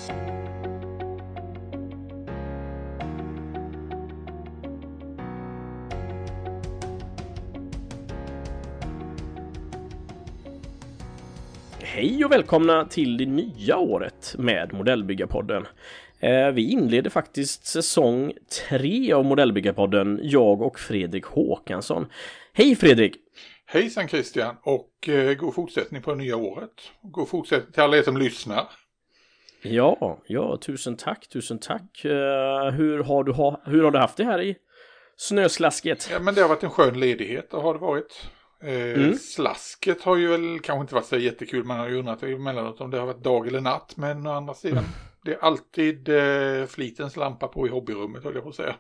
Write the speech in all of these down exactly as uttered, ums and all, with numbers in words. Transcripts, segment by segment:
Hej och välkomna till det nya året med Modellbyggarpodden. Eh, vi inleder faktiskt säsong tre av Modellbyggarpodden, jag och Fredrik Håkansson. Hej Fredrik! Hejsan Christian och eh, god fortsättning på det nya året. God fortsättning till alla er som lyssnar. Ja, ja, tusen tack, tusen tack. Eh, hur, har du ha, hur har du haft det här i snöslasket? Ja, men det har varit en skön ledighet, det har det varit. Eh, mm. Slasket har ju väl kanske inte varit så jättekul. Man har ju undrat emellanåt om det har varit dag eller natt. Men å andra sidan, mm. det är alltid eh, flitens lampa på i hobbyrummet, höll jag på att säga.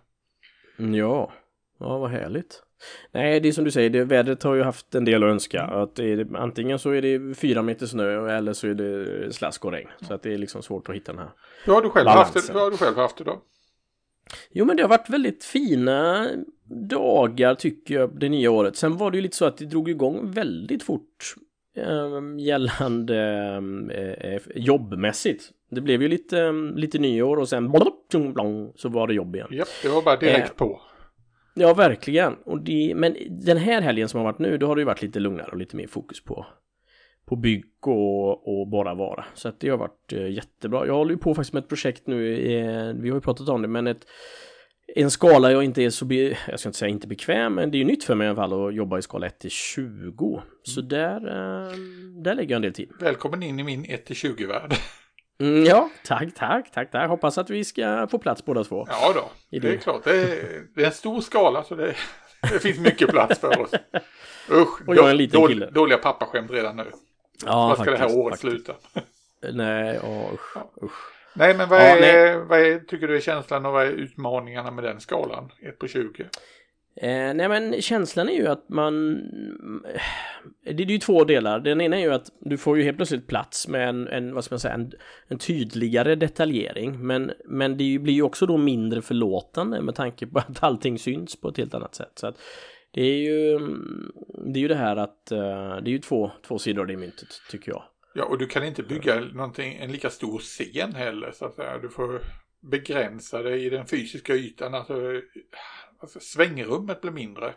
Ja, ja, vad härligt. Nej, det är som du säger, det, vädret har ju haft en del att önska. Mm. Att det är, antingen så är det fyra meter snö eller så är det slask och regn. Så att det är liksom svårt att hitta den här Hur har du själv haft det, hur har du själv haft det då? Jo, men det har varit väldigt fina dagar tycker jag det nya året. Sen var det ju lite så att det drog igång väldigt fort eh, gällande eh, jobbmässigt. Det blev ju lite, lite nyår och sen så var det jobb igen. Japp, det var bara direkt eh, på. Ja, verkligen. Och det, men den här helgen som har varit nu, då har det ju varit lite lugnare och lite mer fokus på på bygg och, och bara vara. Så att det har varit eh, jättebra. Jag håller ju på faktiskt med ett projekt nu, eh, vi har ju pratat om det, men ett, en skala jag inte är så, be, jag ska inte säga inte bekväm, men det är ju nytt för mig i alla fall att jobba i skala ett till tjugo. Mm. Så där, eh, där lägger jag en del tid. Välkommen in i min ett till tjugo-värld. Mm, ja, tack, tack, tack, tack. Hoppas att vi ska få plats båda två. Ja då, det, det är klart. Det är, det är en stor skala så det, det finns mycket plats för oss. Usch, och jag är en liten då, kille. Dåliga pappaskämt redan nu. Ja, vad ska faktiskt, det här året faktiskt. sluta? Nej, åh, usch, usch. Nej, men vad, Ja, är, nej. vad är, tycker du är känslan och vad är utmaningarna med den skalan? ett på tjugo? Eh, nej, men känslan är ju att man... Det är ju två delar. Den ena är ju att du får ju helt plötsligt plats med en, en vad ska man säga, en, en tydligare detaljering. Men, men det blir ju också då mindre förlåtande med tanke på att allting syns på ett helt annat sätt. Så att det är ju det är ju det här att uh, det är ju två, två sidor av det myntet, tycker jag. Ja, och du kan inte bygga någonting, en lika stor scen heller, så att säga. Du får begränsa det i den fysiska ytan, alltså, alltså svängrummet blir mindre.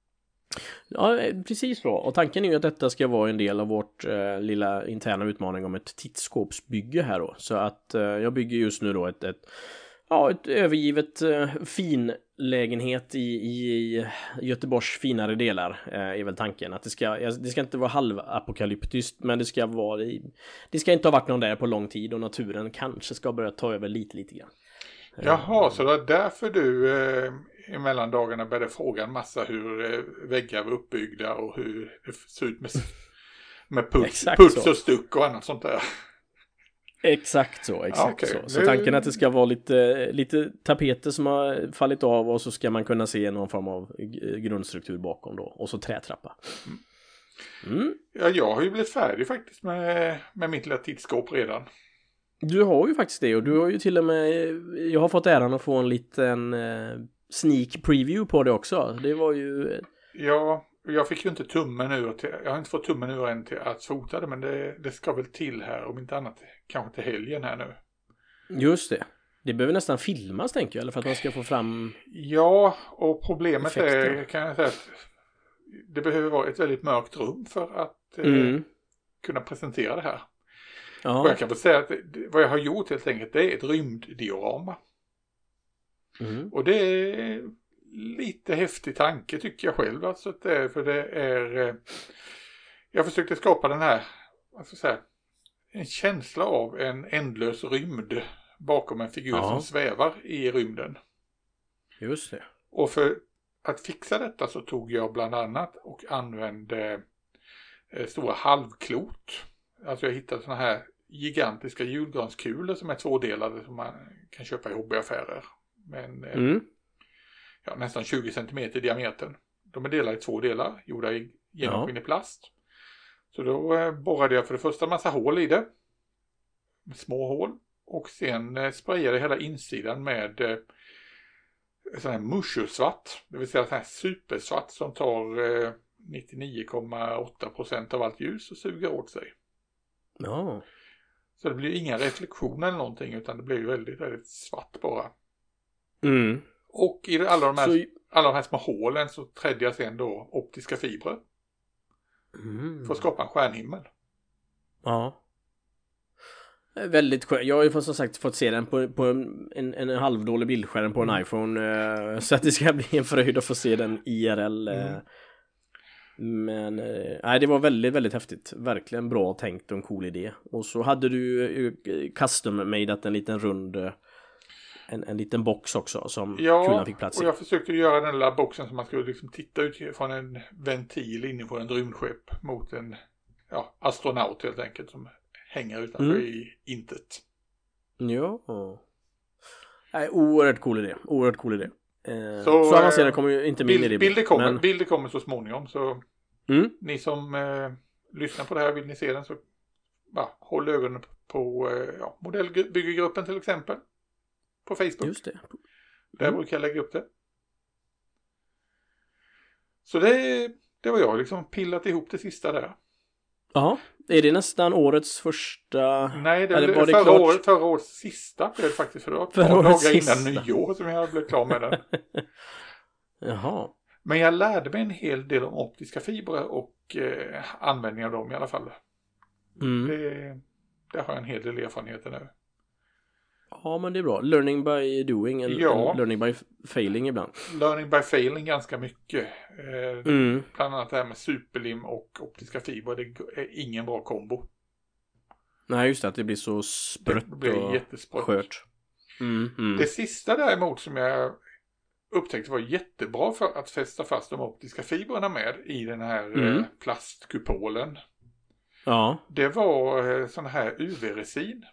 Ja, precis så. Och tanken är ju att detta ska vara en del av vårt eh, lilla interna utmaning om ett tittskåpsbygge här då. Så att eh, jag bygger just nu då ett, ett Ja, ett övergivet eh, fin lägenhet i, i Göteborgs finare delar eh, är väl tanken. Att det ska, det ska inte vara halvapokalyptiskt, men det ska vara i, det ska inte ha varit någon där på lång tid och naturen kanske ska börja ta över lite, lite grann. Jaha, så det är därför du eh, i mellandagarna började fråga en massa hur eh, väggar var uppbyggda och hur det ser ut med, med puts, puts och stuck och annat sånt där. Exakt så, exakt ja, okay. så. Så tanken är att det ska vara lite, lite tapeter som har fallit av och så ska man kunna se någon form av grundstruktur bakom då. Och så trätrappa. Mm. Ja, jag har ju blivit färdig faktiskt med, med mitt lilla tittskåp redan. Du har ju faktiskt det och du har ju till och med, jag har fått äran att få en liten eh, sneak preview på det också. Det var ju... Ja, jag fick ju inte tummen ur till, jag har inte fått tummen ur än till att fota det, men det, det ska väl till här om inte annat kanske till helgen här nu. Just det. Det behöver nästan filmas tänker jag, eller för att man ska få fram... Ja, och problemet effekter. Är, kan jag säga att det behöver vara ett väldigt mörkt rum för att mm. eh, kunna presentera det här. Ja. Och jag kan väl säga att det, vad jag har gjort helt enkelt, det är ett rymddiorama. Mm. Och det är lite häftig tanke tycker jag själv. Alltså att det är, för det är... Eh, jag försökte skapa den här, vad ska jag säga, en känsla av en ändlös rymd bakom en figur ja. Som svävar i rymden. Just det. Och för att fixa detta så tog jag bland annat och använde eh, stora halvklot. Alltså jag hittade såna här gigantiska julgranskulor som är tvådelade som man kan köpa i hobbyaffärer. Men eh, mm. ja, nästan tjugo centimeter i diametern. De är delade i två delar, gjorda i genomskinlig ja. Plast. Så då eh, borrade jag för det första en massa hål i det. Små hål. Och sen eh, sprayade hela insidan med eh, sån här mushusvart. Det vill säga sån här supersvart som tar eh, nittionio komma åtta procent av allt ljus och suger åt sig. Ja. Så det blir ju inga reflektioner eller någonting, utan det blir ju väldigt, väldigt svart bara. Mm. Och i alla de här, Så... alla de här små hålen så trädde jag sen då optiska fibrer. Mm. För att skapa en stjärnhimmel. Ja. Väldigt skönt. Jag har ju som sagt fått se den på, på en, en, en halvdålig bildskärm på en Mm. iPhone. Eh, så att det ska bli en fröjd att få se den I R L. Eh. Mm. Men eh, nej, det var väldigt, väldigt häftigt. Verkligen bra tänkt och en cool idé. Och så hade du eh, custom-madeat en liten rund... Eh, En, en liten box också som ja, kulorna fick plats i. Och jag försökte göra den lilla boxen som man skulle liksom titta ut från en ventil inne på en rymdskepp mot en ja, astronaut helt enkelt som hänger utanför Mm. i intet. Ja. Nej, oerhört cool idé. Oerhört cool idé. Eh, Så, så avancerad kommer ju inte min bild, idé. bilder, kommer, men... bilder kommer så småningom. Så Mm. ni som eh, lyssnar på det här, vill ni se den så ja, håll ögonen på eh, ja, modellbyggergruppen till exempel. På Facebook. Just det. Där Mm. brukar jag lägga upp det. Så det, det var jag liksom pillat ihop det sista där. Ja, är det nästan årets första... Nej, det Eller var var det förra, klart? året, förra årets sista blev det faktiskt. För det var ett Förra par årets dagar sista. innan nyår som jag blev klar med den. Jaha. Men jag lärde mig en hel del om optiska fibrer och eh, användning av dem i alla fall. Mm. Det, det har jag en hel del erfarenheter nu. Ja, men det är bra. Learning by doing and, Ja. and learning by f- failing ibland. Learning by failing ganska mycket. Eh, Mm. Bland annat det här med superlim och optiska fibrer. Det är ingen bra kombo. Nej, just det, att det blir så sprött Det blir och jättesprött. skört. Mm, mm. Det sista däremot som jag upptäckte var jättebra för att fästa fast de optiska fibrerna med i den här Mm. eh, plastkupolen. Ja. Det var eh, sån här U V-resin.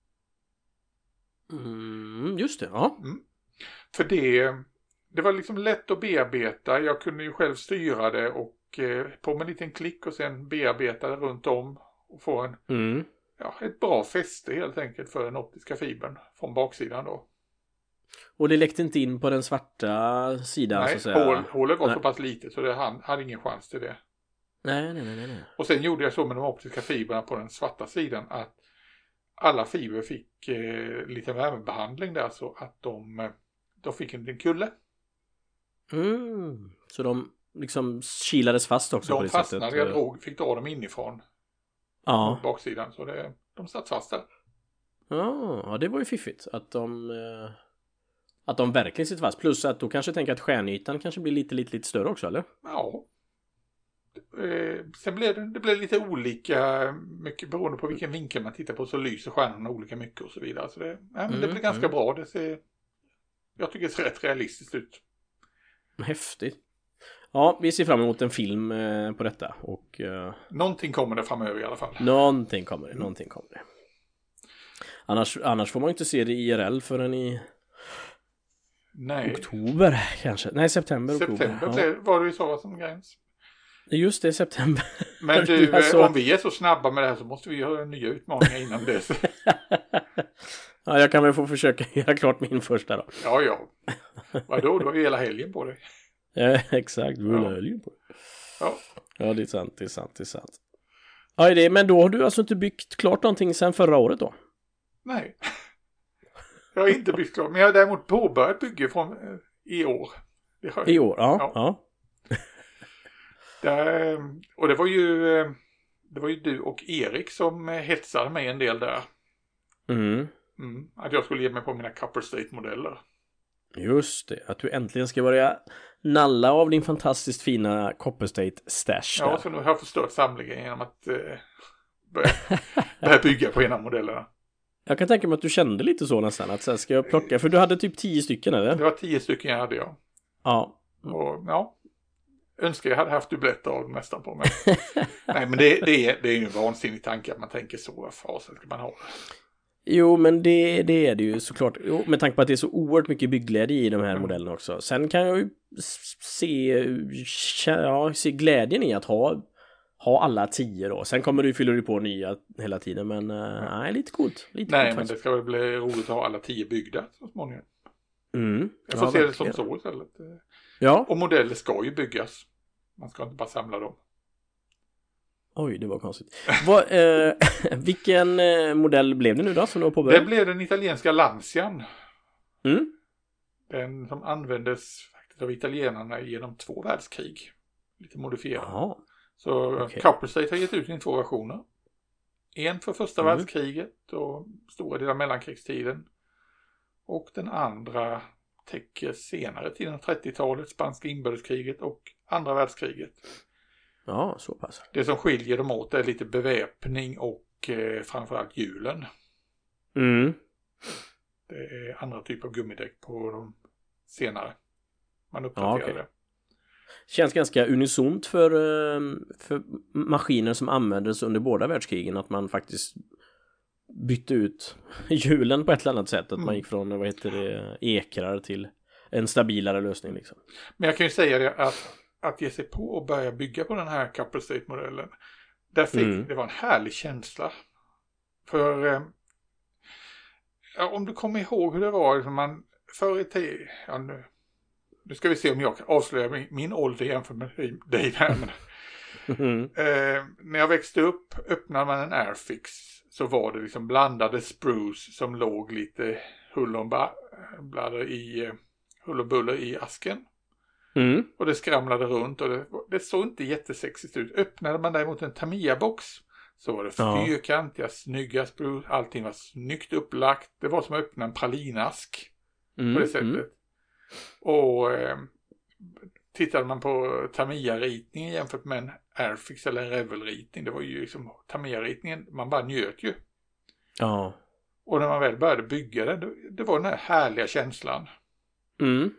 Mm, just det, ja. För det, det var liksom lätt att bearbeta. Jag kunde ju själv styra det och eh, på med en liten klick och sen bearbeta det runt om och få en, Mm. ja, ett bra fäste helt enkelt för den optiska fibern från baksidan då. Och det läckte inte in på den svarta sidan så Nej, att säga. hål, hålet var Nej. så pass litet så det han, hade ingen chans till det. Nej, nej, nej, nej, nej. Och sen gjorde jag så med de optiska fibrerna på den svarta sidan att alla fibrer fick eh, lite värmebehandling där så att de, eh, de fick en liten kulle. Mm. Så de liksom kilades fast också på De det fastnade, sättet. jag drog, fick dra dem inifrån Ja. mot baksidan så det, de satt fast där. Ja, ja, det var ju fiffigt att de eh, att de verkligen sitter fast. Plus att då kanske tänker att stjärnytan kanske blir lite, lite, lite större också, eller? Ja. Eh, sen blev det, det blev lite olika mycket beroende på vilken vinkel man tittar på så lyser stjärnorna olika mycket och så vidare. Så det, ja, men Mm, det blev ganska mm. bra. Det ser, jag tycker det ser rätt realistiskt ut. Häftigt. Ja, vi ser fram emot en film eh, på detta och eh, Någonting kommer det framöver i alla fall. någonting kommer det, någonting kommer det. Annars, annars får man ju inte se det i I R L förrän i Nej. oktober kanske. Nej, september, September oktober. blev, var det ju så som gräns. Ja. Just det, september. Men du, Alltså- om vi är så snabba med det här så måste vi göra nya utmaningar innan dess. Ja, jag kan väl få försöka göra klart min första då. Ja, ja. Vadå? Du har ju hela helgen på dig. Ja, exakt, rulla Ja. helgen på det. Ja. Ja, det är sant, det är sant, det är sant. Ja, det, men då har du alltså inte byggt klart någonting sedan förra året då? Nej. Jag har inte byggt klart. Men jag har däremot påbörjat bygge från eh, i år. Det har jag. I år, ja. Ja. ja. Där, och det var ju eh, det var ju du och Erik som eh, hetsade mig en del där. Mm. Mm, att jag skulle ge mig på mina Copper State-modeller. Just det, att du äntligen ska börja nalla av din fantastiskt fina Copper State stash Ja, där. så nu har jag förstört samlingen genom att eh, börja, börja bygga på ena av modellerna. Jag kan tänka mig att du kände lite så nästan, att så här, ska jag plocka, för du hade typ tio stycken eller? Det var tio stycken jag hade, ja. Ja. Och ja, önskar jag hade haft dubbletter av nästan på mig. Nej, men det, det, är, det är ju en vansinnig tanke att man tänker så, vad fasen ska man ha? Jo, men det, det är det ju såklart. Jo, med tanke på att det är så oerhört mycket byggläge i de här Mm. modellerna också. Sen kan jag ju s- se, ja, se glädjen i att ha, ha alla tio då. Sen kommer du fylla på nya hela tiden, men uh, nej, lite coolt. Lite Nej, coolt men det faktiskt. ska väl bli roligt att ha alla tio byggda så småningom. Mm. Jag får Ja, se det verkligen. som så istället. Ja, Och modeller ska ju byggas. Man ska inte bara samla dem. Oj, det var konstigt. Vad, eh, vilken eh, modell blev det nu då som du har påbörjat? Det blev den italienska Lancian. Mm. Den som användes faktiskt av italienarna genom två världskrig. Lite modifierad. Jaha. Så Okej. Copper State har gett ut sin två versioner. En för första Mm. världskriget och stora delar av mellankrigstiden. Och den andra täcker senare tiden, trettiotalet, spanska inbördeskriget och andra världskriget. Ja, så pass. Det som skiljer dem åt är lite beväpning och eh, framförallt hjulen. Mm. Det är andra typer av gummidäck på de senare. Man Ja, uppdaterar okej. det. Känns ganska unisont för, eh, för maskiner som användes under båda världskrigen att man faktiskt bytte ut hjulen på ett eller annat sätt. Att Mm. man gick från, vad heter det, ekrar till en stabilare lösning liksom. Men jag kan ju säga det att, att ge sig på och börja bygga på den här Copper State-modellen. Där fick, Mm. Det var en härlig känsla. För eh, ja, om du kommer ihåg hur det var liksom man förr i tiden, ja, nu, nu ska vi se om jag kan avslöja min, min ålder jämfört med dig här. Men, Mm. eh, när jag växte upp öppnade man en Airfix så var det liksom blandade spruce som låg lite hull och ba- bladder i eh, hull och buller i asken. Mm. Och det skramlade runt och det, det såg inte jättesexigt ut. Öppnade man däremot en Tamiya-box så var det Ja. fyrkantiga, snygga spruce. Allting var snyggt upplagt. Det var som att öppna en pralinask Mm. på det sättet. Mm. Och eh, tittade man på Tamiya-ritningen jämfört med en Airfix eller en Revel-ritning. Det var ju liksom Tamiya-ritningen, man bara njöt ju. Ja. Och när man väl började bygga det, det, det var den här härliga känslan. Mm.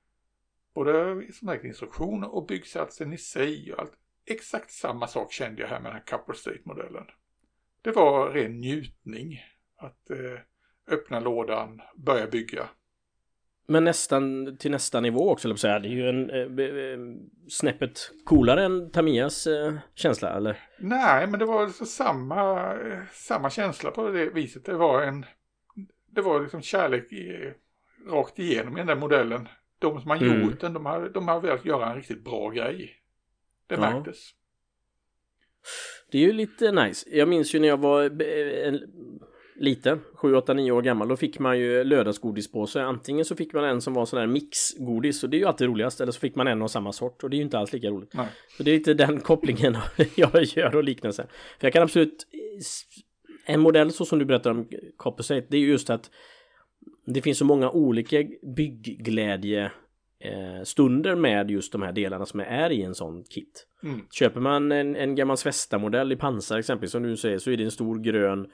Både som sagt instruktioner och byggsatsen i sig och allt. Exakt samma sak kände jag här med den här Copper State-modellen. Det var ren njutning att eh, öppna lådan, börja bygga. Men nästan till nästa nivå också, eller på att säga. Det är ju en eh, eh, snäppet coolare än Tamiyas eh, känsla, eller? Nej, men det var alltså samma, eh, samma känsla på det viset. Det var en det var liksom kärlek i, rakt igenom i den där modellen. De som har Mm. gjort den, de har, de har velat göra en riktigt bra grej. Det Ja. märktes. Det är ju lite nice. Jag minns ju när jag var eh, en, liten, sju, åtta, nio år gammal, då fick man ju lördagsgodispåse. Antingen så fick man en som var sån där mixgodis, och det är ju alltid roligast, eller så fick man en av samma sort, och det är ju inte alls lika roligt. Nej. Så det är lite den kopplingen jag gör och liknande. För jag kan absolut, en modell så som du berättar om Copper State, det är ju just att det finns så många olika byggglädje eh, stunder med just de här delarna som är i en sån kit. Mm. Köper man en, en gammal Svesta-modell i pansar exempelvis, som du säger, så är det en stor grön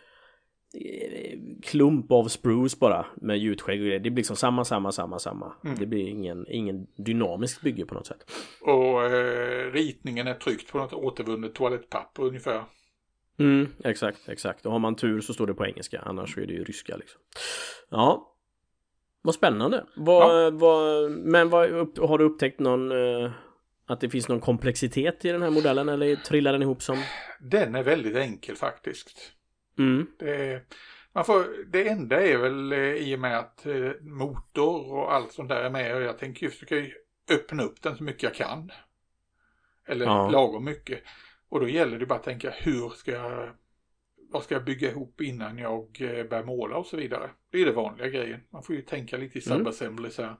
eh, klump av spruce bara med gjutskägg och grejer. Det blir liksom samma, samma, samma, samma. Mm. Det blir ingen, ingen dynamisk bygge på något sätt. Och eh, ritningen är tryckt på något återvunnet toalettpapper ungefär. Mm, exakt, exakt. Och har man tur så står det på engelska, annars är det ju ryska liksom. Ja. Vad spännande. Vad, Ja. vad, men vad, upp, har du upptäckt någon eh, att det finns någon komplexitet i den här modellen, eller trillar den ihop som? Den är väldigt enkel faktiskt. Mm. Det, man får, det enda är väl eh, i och med att eh, motor och allt sånt där är med, och jag tänker ju försöka öppna upp den så mycket jag kan. Eller Ja. lagom mycket. Och då gäller det bara att tänka, hur ska jag, vad ska jag bygga ihop innan jag eh, börjar måla och så vidare. Det är det vanliga grejen. Man får ju tänka lite i Mm. subassemblies här.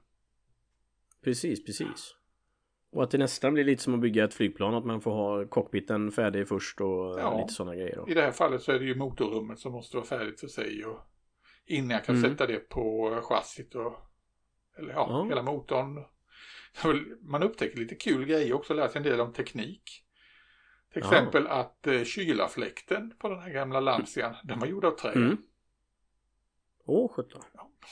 Precis, precis. Och att det nästan blir lite som att bygga ett flygplan, att man får ha cockpiten färdig först och Ja. lite sådana grejer då. I det här fallet så är det ju motorrummet som måste vara färdigt för sig, och innan jag kan Mm. sätta det på chassit och eller ja, Ja. hela motorn. Man upptäcker lite kul grejer också, lär sig en del om teknik. Till Ja. exempel att eh, kylarfläkten på den här gamla Lancian, den var gjord av trä. Mm. Åh, sjutton.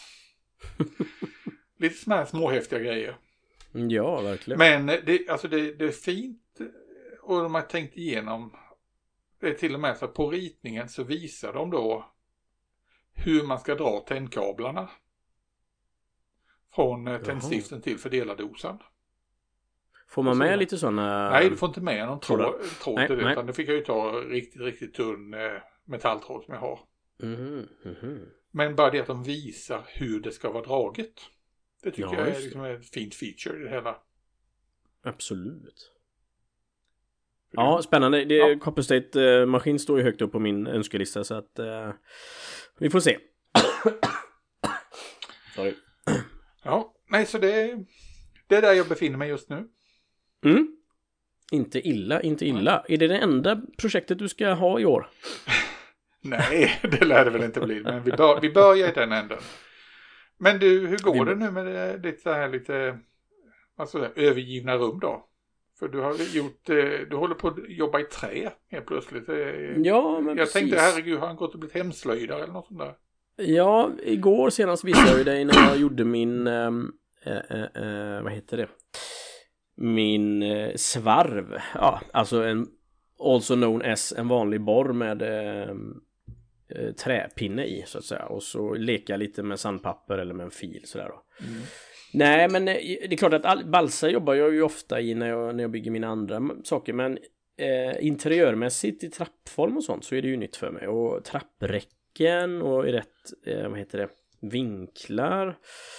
Lite såna här småhäftiga grejer. Ja, verkligen. Men det, alltså det, det är fint, och de har tänkt igenom. Det är till och med så att på ritningen så visar de då hur man ska dra tändkablarna från eh, tändstiften till fördelardosan. Får man så- med lite sådana? Nej, du får inte med någon tråd, Trådar. tråd Nej, till det, nej. utan det fick jag ju ta riktigt, riktigt tunn eh, metalltråd som jag har. Mhm, mhm. Men bara det att de visar hur det ska vara draget. Det tycker Ja, jag är just det. liksom ett fint feature i det hela. Absolut. Ja, spännande. Det, ja. Copper State-maskin står ju högt upp på min önskelista så att uh, vi får se. Sorry. Ja, nej så det, det är där jag befinner mig just nu. Mm. Inte illa, inte illa. Mm. Är det det enda projektet du ska ha i år? Nej, det lär det väl inte bli. Men vi, bör, vi börjar i den änden. Men du, hur går vi... det nu med det, ditt så här lite alltså, övergivna rum då? För du har gjort, du håller på att jobba i trä helt plötsligt. Ja, men jag precis. tänkte, herregud, har han gått och blivit hemslöjdare eller något sånt där? Ja, igår senast visade jag ju dig när jag gjorde min, äh, äh, äh, vad heter det? Min äh, svarv. Ja, alltså en, also known as en vanlig borr med äh, träpinne i så att säga. Och så leka lite med sandpapper eller med en fil sådär då. Mm. Nej, men det är klart att all, balsa jobbar jag ju ofta i när jag, när jag bygger mina andra saker. Men eh, interiörmässigt i trappform och sånt så är det ju nytt för mig. Och trappräcken och i rätt, eh, vad heter det, vinklar,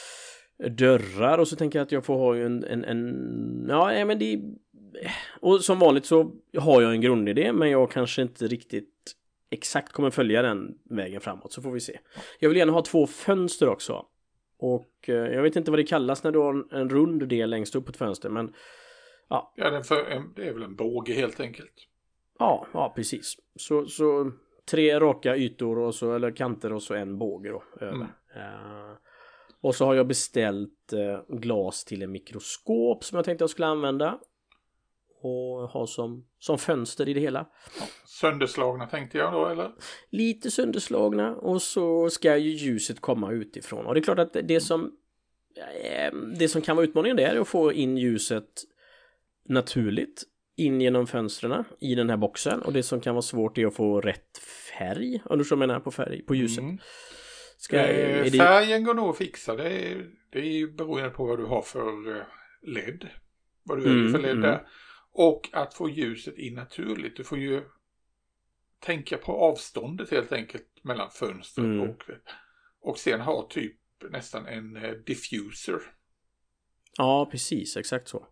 dörrar. Och så tänker jag att jag får ha ju en, en, en ja, men det och som vanligt så har jag en grundidé. Men jag kanske inte riktigt exakt kommer följa den vägen framåt. Så får vi se. Jag vill gärna ha två fönster också. Och eh, jag vet inte vad det kallas när du har en, en rund del längst upp på ett fönster, men ja. Ja, den för, en, det är väl en båge helt enkelt. Ja, ja precis. Så, så tre raka ytor och så, eller kanter och så en båge då över. Mm. Uh, och så har jag beställt uh, glas till en mikroskop som jag tänkte jag skulle använda. Och ha som, som fönster i det hela. Ja, sönderslagna tänkte jag då, eller? Lite sönderslagna. Och så ska ju ljuset komma utifrån. Och det är klart att det som det som kan vara utmaningen där är att få in ljuset naturligt in genom fönstren i den här boxen. Och det som kan vara svårt är att få rätt färg. Om du så menar på färg, på ljuset. Mm. Ska, eh, är det... Färgen går nog att fixa. Det är, det är ju beroende på vad du har för L E D. Vad du väljer mm, för L E D mm. där. Och att få ljuset in naturligt. Du får ju tänka på avståndet helt enkelt mellan fönstret mm. och, och sen ha typ nästan en diffuser. Ja, precis. Exakt så.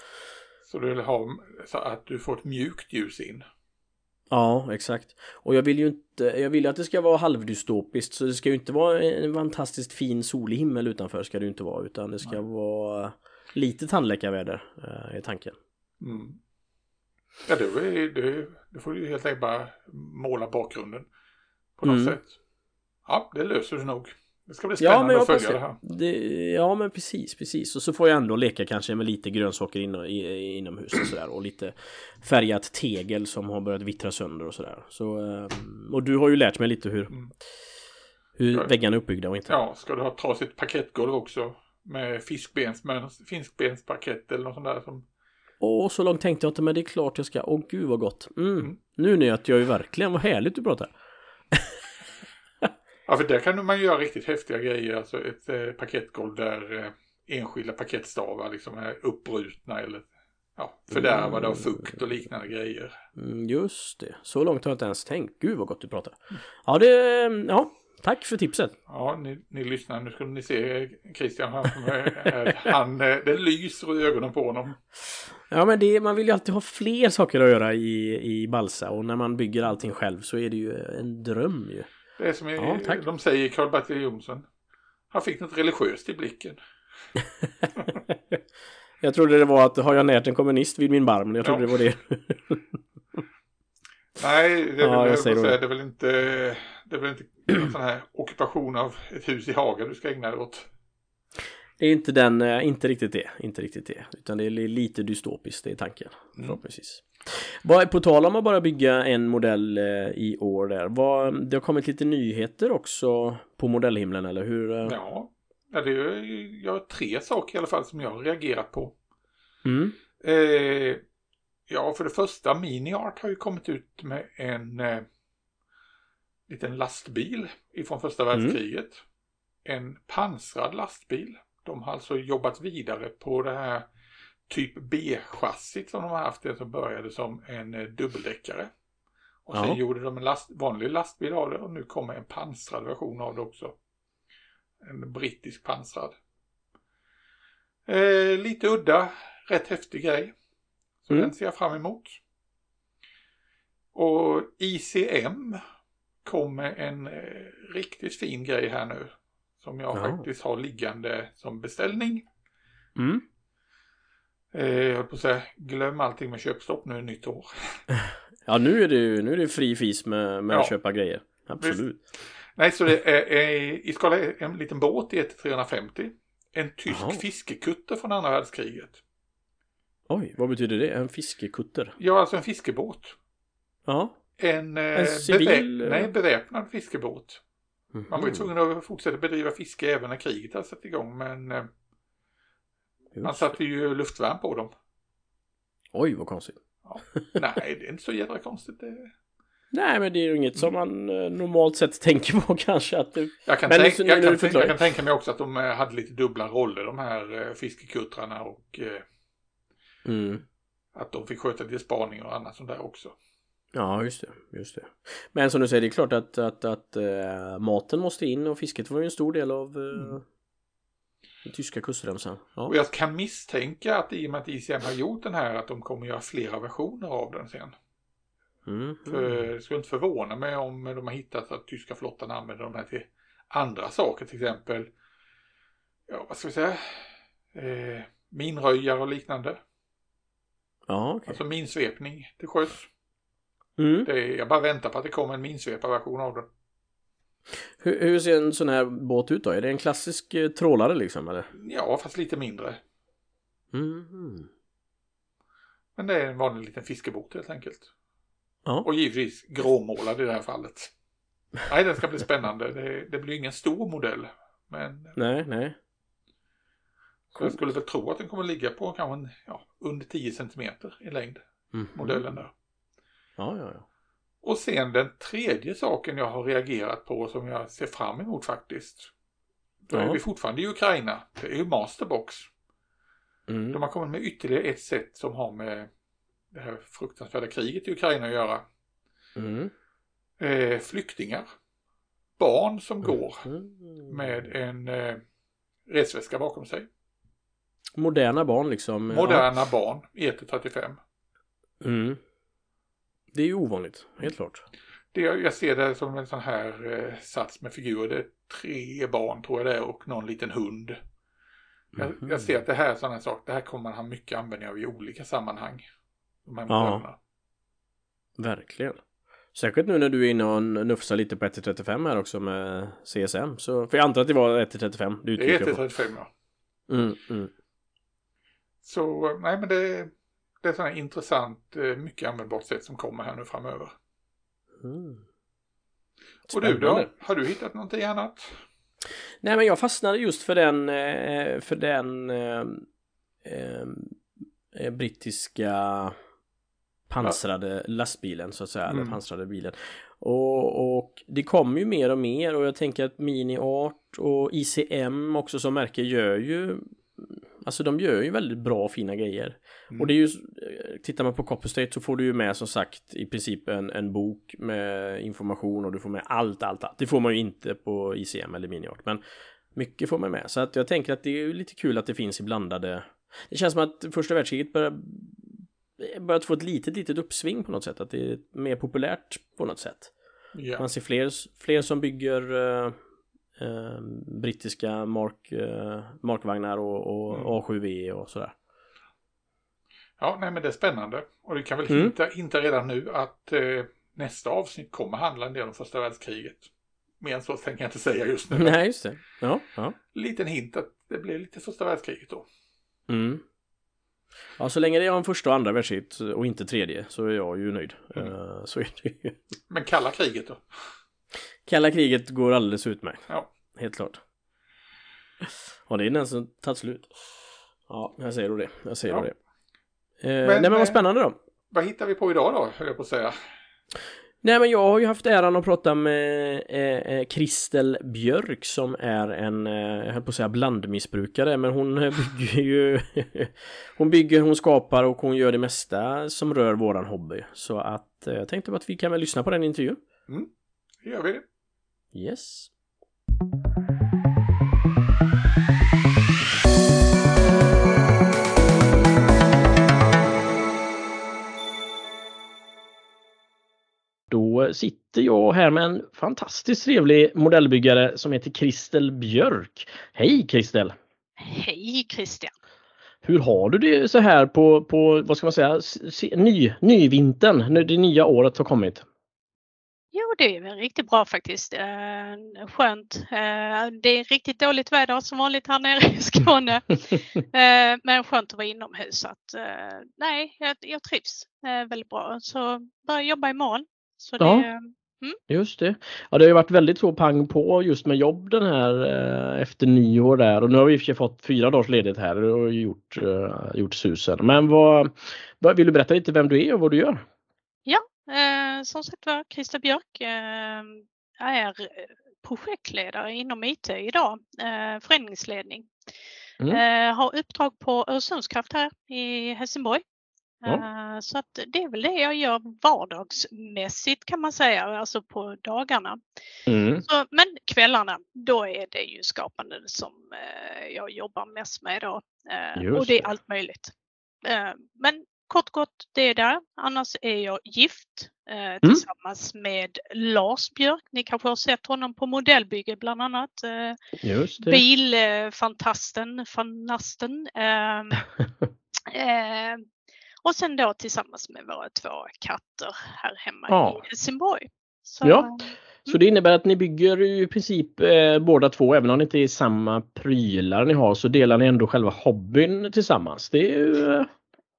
Så du vill ha så att du får ett mjukt ljus in. Ja, exakt. Och jag vill ju inte, jag vill att det ska vara halvdystopiskt, så det ska ju inte vara en fantastiskt fin solig himmel utanför, ska det ju inte vara, utan det ska Nej. vara lite tandläkarväder äh, i tanken. Mm. Ja, det, är, det, det får du helt enkelt bara måla bakgrunden på något mm. sätt. Ja, det löser du nog. Det ska bli spännande ja, att följa det här. Det, ja, men precis, precis. Och så får jag ändå leka kanske med lite grönsaker in, i, inomhus och sådär. Och lite färgat tegel som har börjat vittra sönder och sådär. Så, och du har ju lärt mig lite hur, mm. hur ska, väggarna är uppbyggda och inte. Ja, ska du ha trasigt parkettgolv också med fiskbens, med fiskbensparkett eller något sånt där som... Åh, så långt tänkte jag inte, men det är klart jag ska. Åh, gud vad gott. Mm. Mm. Nu nöt jag ju verkligen, vad härligt du pratar. Ja, för där kan man ju göra riktigt häftiga grejer. Alltså ett eh, paketgolv där eh, enskilda paketstavar liksom är uppbrutna eller ja, fördärvade av fukt och liknande grejer. Mm, just det. Så långt har jag inte ens tänkt. Gud vad gott du pratar. Ja, det, ja, tack för tipset. Ja, ni, ni lyssnar. Nu ska ni se Christian. Han, han, det lyser i ögonen på honom. Ja, men det, man vill ju alltid ha fler saker att göra i, i Balsa. Och när man bygger allting själv så är det ju en dröm ju. Det är som i, ja, de säger Karl-Bertil Jonsson. Han fick något religiöst i blicken. Jag trodde det var att har jag närt en kommunist vid min barm. Jag trodde ja. det var det. Nej, det är, ja, väl, säga, det är väl inte det är väl inte en sån här ockupation av ett hus i Haga du ska ägna dig åt. Det är inte den, inte riktigt det, inte riktigt det. Utan det är lite dystopiskt, det är tanken. Mm. Precis. På tal om att bara bygga en modell i år där. Vad, det har kommit lite nyheter också på modellhimlen, eller hur? Ja, det är jag har tre saker i alla fall som jag har reagerat på. Mm. Eh, ja, för det första, MiniArt har ju kommit ut med en eh, liten lastbil ifrån första världskriget. Mm. En pansrad lastbil. De har alltså jobbat vidare på det här typ B-chassit som de har haft, det som började som en eh, dubbeldäckare. Och sen ja. gjorde de en last, vanlig lastbil av det och nu kommer en pansrad version av det också. En brittisk pansrad. Eh, lite udda, rätt häftig grej. Så mm. den ser jag fram emot. Och I C M kom med en eh, riktigt fin grej här nu. Som jag Ja. faktiskt har liggande som beställning. Mm. Eh, jag höll på att säga, glöm allting med köpstopp nu är nytt år. Ja, nu är det ju nu är det fri fis med, med Ja. att köpa grejer. Absolut. Nej, så det är, är i skala en liten båt i ett tre femtio. En tysk Jaha. fiskekutter från andra världskriget. Oj, vad betyder det? En fiskekutter? Ja, alltså en fiskebåt. Ja. En, eh, En civil, bevä- eh, nej, beväpnad fiskebåt. Mhm. Man var ju tvungen att fortsätta bedriva fiske även när kriget hade satt igång. Men eh, Just. man satte ju luftvärn på dem. Oj, vad konstigt. Ja. Nej, det är inte så jävla konstigt. Det... Nej, men det är ju inget som man eh, normalt sett tänker på kanske att det... Jag, kan Men tänk, nu- nu jag, när kan du tänka, förklarar. jag kan tänka mig också att de eh, hade lite dubbla roller, de här eh, fiskekuttrarna. Och eh, Mm. att de fick sköta lite spaning och annat sånt där också. Ja, just det, just det. Men som du säger, det är klart att, att, att äh, maten måste in och fisket var ju en stor del av äh, Mm. den tyska kustremsan. Ja. Och jag kan misstänka att i och med att I C M har gjort den här att de kommer göra flera versioner av den sen. Mm. För det skulle inte förvåna mig om de har hittat att tyska flottan använder de här till andra saker. Till exempel, ja vad ska vi säga, eh, minröjare och liknande. Ja, okej. Alltså minsvepning till sjöss. Mm. Det är, jag bara väntar på att det kommer en minsveparversion av den. Hur, hur ser en sån här båt ut då? Är det en klassisk eh, trålare liksom, eller? Ja, fast lite mindre. Mm. Men det är en vanlig liten fiskebåt helt enkelt. Ja. Och givetvis gråmålad i det här fallet. Nej, den ska bli spännande. Det, det blir ingen stor modell. Men Nej, nej. så jag skulle väl tro att den kommer ligga på kanske en, ja, under tio centimeter i längd. Mm. Modellen där. Ja, ja, ja. Och sen den tredje saken jag har reagerat på som jag ser fram emot faktiskt. Då är Ja. vi fortfarande i Ukraina. Det är ju Masterbox. Mm. De har kommit med ytterligare ett sätt som har med det här fruktansvärda kriget i Ukraina att göra. Mm. Eh, flyktingar. Barn som går Mm. med en eh, resväska bakom sig. Moderna barn liksom. Moderna barn i ett trettiofem. Ja. Mm. Det är ju ovanligt, helt klart. Det, jag ser det som en sån här eh, sats med figurer. Det är tre barn tror jag det är och någon liten hund. Jag, Mhm. jag ser att det här är sådana saker. Det här kommer man ha mycket användning av i olika sammanhang. De här Ja. modellerna. Verkligen. Säkert nu när du är inne och nufsar lite på ett trettiofem här också med C S M. Så, för jag antar att det var ett trettiofem du Det är utgick ett på. trettiofem ja. Mm, mm. Så nej men det, det är ett sådant här intressant, eh, mycket användbart sätt som kommer här nu framöver. Mm. Och du då? Spännande. Har du hittat någonting annat? Nej, men jag fastnade just för den eh, för den eh, eh, brittiska pansrade lastbilen så att säga, Mm. eller pansrade bilen. Och, och det kommer ju mer och mer och jag tänker att Mini Art och I C M också som märke gör ju, alltså de gör ju väldigt bra och fina grejer. Mm. Och det är ju, tittar man på Copperstate så får du ju med som sagt i princip en, en bok med information och du får med allt, allt, allt. Det får man ju inte på I C M eller Mini Art, men mycket får man med. Så att jag tänker att det är lite kul att det finns i blandade. Det känns som att första världskriget börjar börjat få ett litet, litet uppsving på något sätt. Att det är mer populärt på något sätt. Ja. Man ser fler, fler som bygger uh, uh, brittiska mark, uh, markvagnar och, och Mm. A sju V och sådär. Ja, nej men det är spännande. Och det kan väl Mm. hinta, hinta redan nu att eh, nästa avsnitt kommer handla en del om första världskriget. Mer än så tänker jag inte säga just nu. Nej, just det. Ja, ja. Liten hint att det blir lite första världskriget då. Mm. Ja, så länge det är en första och andra världskriget och inte tredje så är jag ju nöjd. Mm. Uh, så är det ju. Men kalla kriget då? Kalla kriget går alldeles utmärkt. Ja. Helt klart. Ja, det är den som tagit slut. Ja, jag säger då det. Jag säger Ja. då det. Eh, Men, nej, men eh, vad spännande då. Vad hittar vi på idag då, höll jag på att säga. Nej, men jag har ju haft äran att prata med eh, eh, Kristel Björk som är en, eh, jag höll på att säga blandmissbrukare, men hon eh, bygger ju hon bygger, hon skapar och hon gör det mesta som rör våran hobby. Så att eh, jag tänkte att vi kan väl lyssna på den intervjun. Mm, det gör vi det. Yes. så sitter jag här med en fantastiskt trevlig modellbyggare som heter Christel Björk. Hej Christel! Hej Christian! Hur har du det så här på, på vad ska man säga, ny, nyvintern, när det nya året har kommit? Jo, det är väl riktigt bra faktiskt. Eh, skönt. Eh, det är riktigt dåligt väder som vanligt här nere i Skåne. eh, men skönt att vara inomhus. Så att, eh, nej, jag, jag trivs eh, väldigt bra. Så börjar jobba imorgon. Så det, ja, mm. just det. Ja, det har ju varit väldigt så pang på just med jobb den här eh, efter nyår där. Och nu har vi i och för sig fått fyra dagars ledigt här och gjort, eh, gjort susen. Men vad, vad, vill du berätta lite vem du är och vad du gör? Ja, eh, som sagt var Christel Björk. Eh, jag är projektledare inom I T idag, eh, förändringsledning. Mm. Eh, har uppdrag på Öresundskraft här i Helsingborg. Ja. Eh, så att det är väl det jag gör vardagsmässigt kan man säga, alltså på dagarna. Mm. Så, men kvällarna, då är det ju skapande som eh, jag jobbar mest med då. Eh, och det är allt möjligt. Eh, men kort gott, det är där. Annars är jag gift eh, mm. tillsammans med Lars Björk. Ni kanske har sett honom på modellbygge bland annat. Eh, Just det. Bilfantasten, fanasten. Eh, eh, och sen då tillsammans med våra två katter här hemma ja. i Helsingborg. Så, ja, mm. så det innebär att ni bygger i princip eh, båda två, även om det inte är samma prylar ni har, så delar ni ändå själva hobbyn tillsammans. Det är ju... Eh...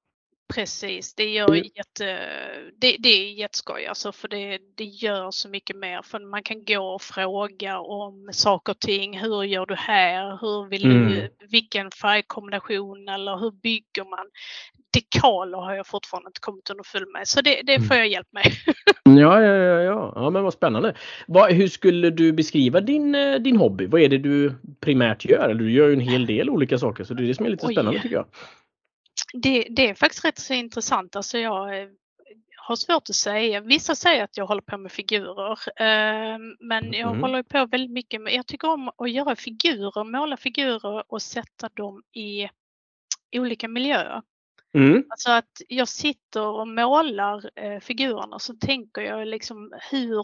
Precis, det gör jätte, det, det är jätteskoj alltså, för det, det gör så mycket mer, för man kan gå och fråga om saker och ting. Hur gör du här? Hur vill mm. du, vilken färgkombination eller hur bygger man? Dekaler har jag fortfarande inte kommit underfull med, så det, det får jag hjälp med. ja, ja, ja, ja, ja, men vad spännande. Vad, hur skulle du beskriva din, din hobby? Vad är det du primärt gör? Eller du gör ju en hel del olika saker, så det är det som är lite Oj. spännande tycker jag. Det, det är faktiskt rätt så intressant. Alltså jag har svårt att säga. Vissa säger att jag håller på med figurer. Men jag mm. håller på väldigt mycket med, jag tycker om att göra figurer, måla figurer och sätta dem i olika miljöer. Mm. Alltså att jag sitter och målar figurerna, så tänker jag liksom hur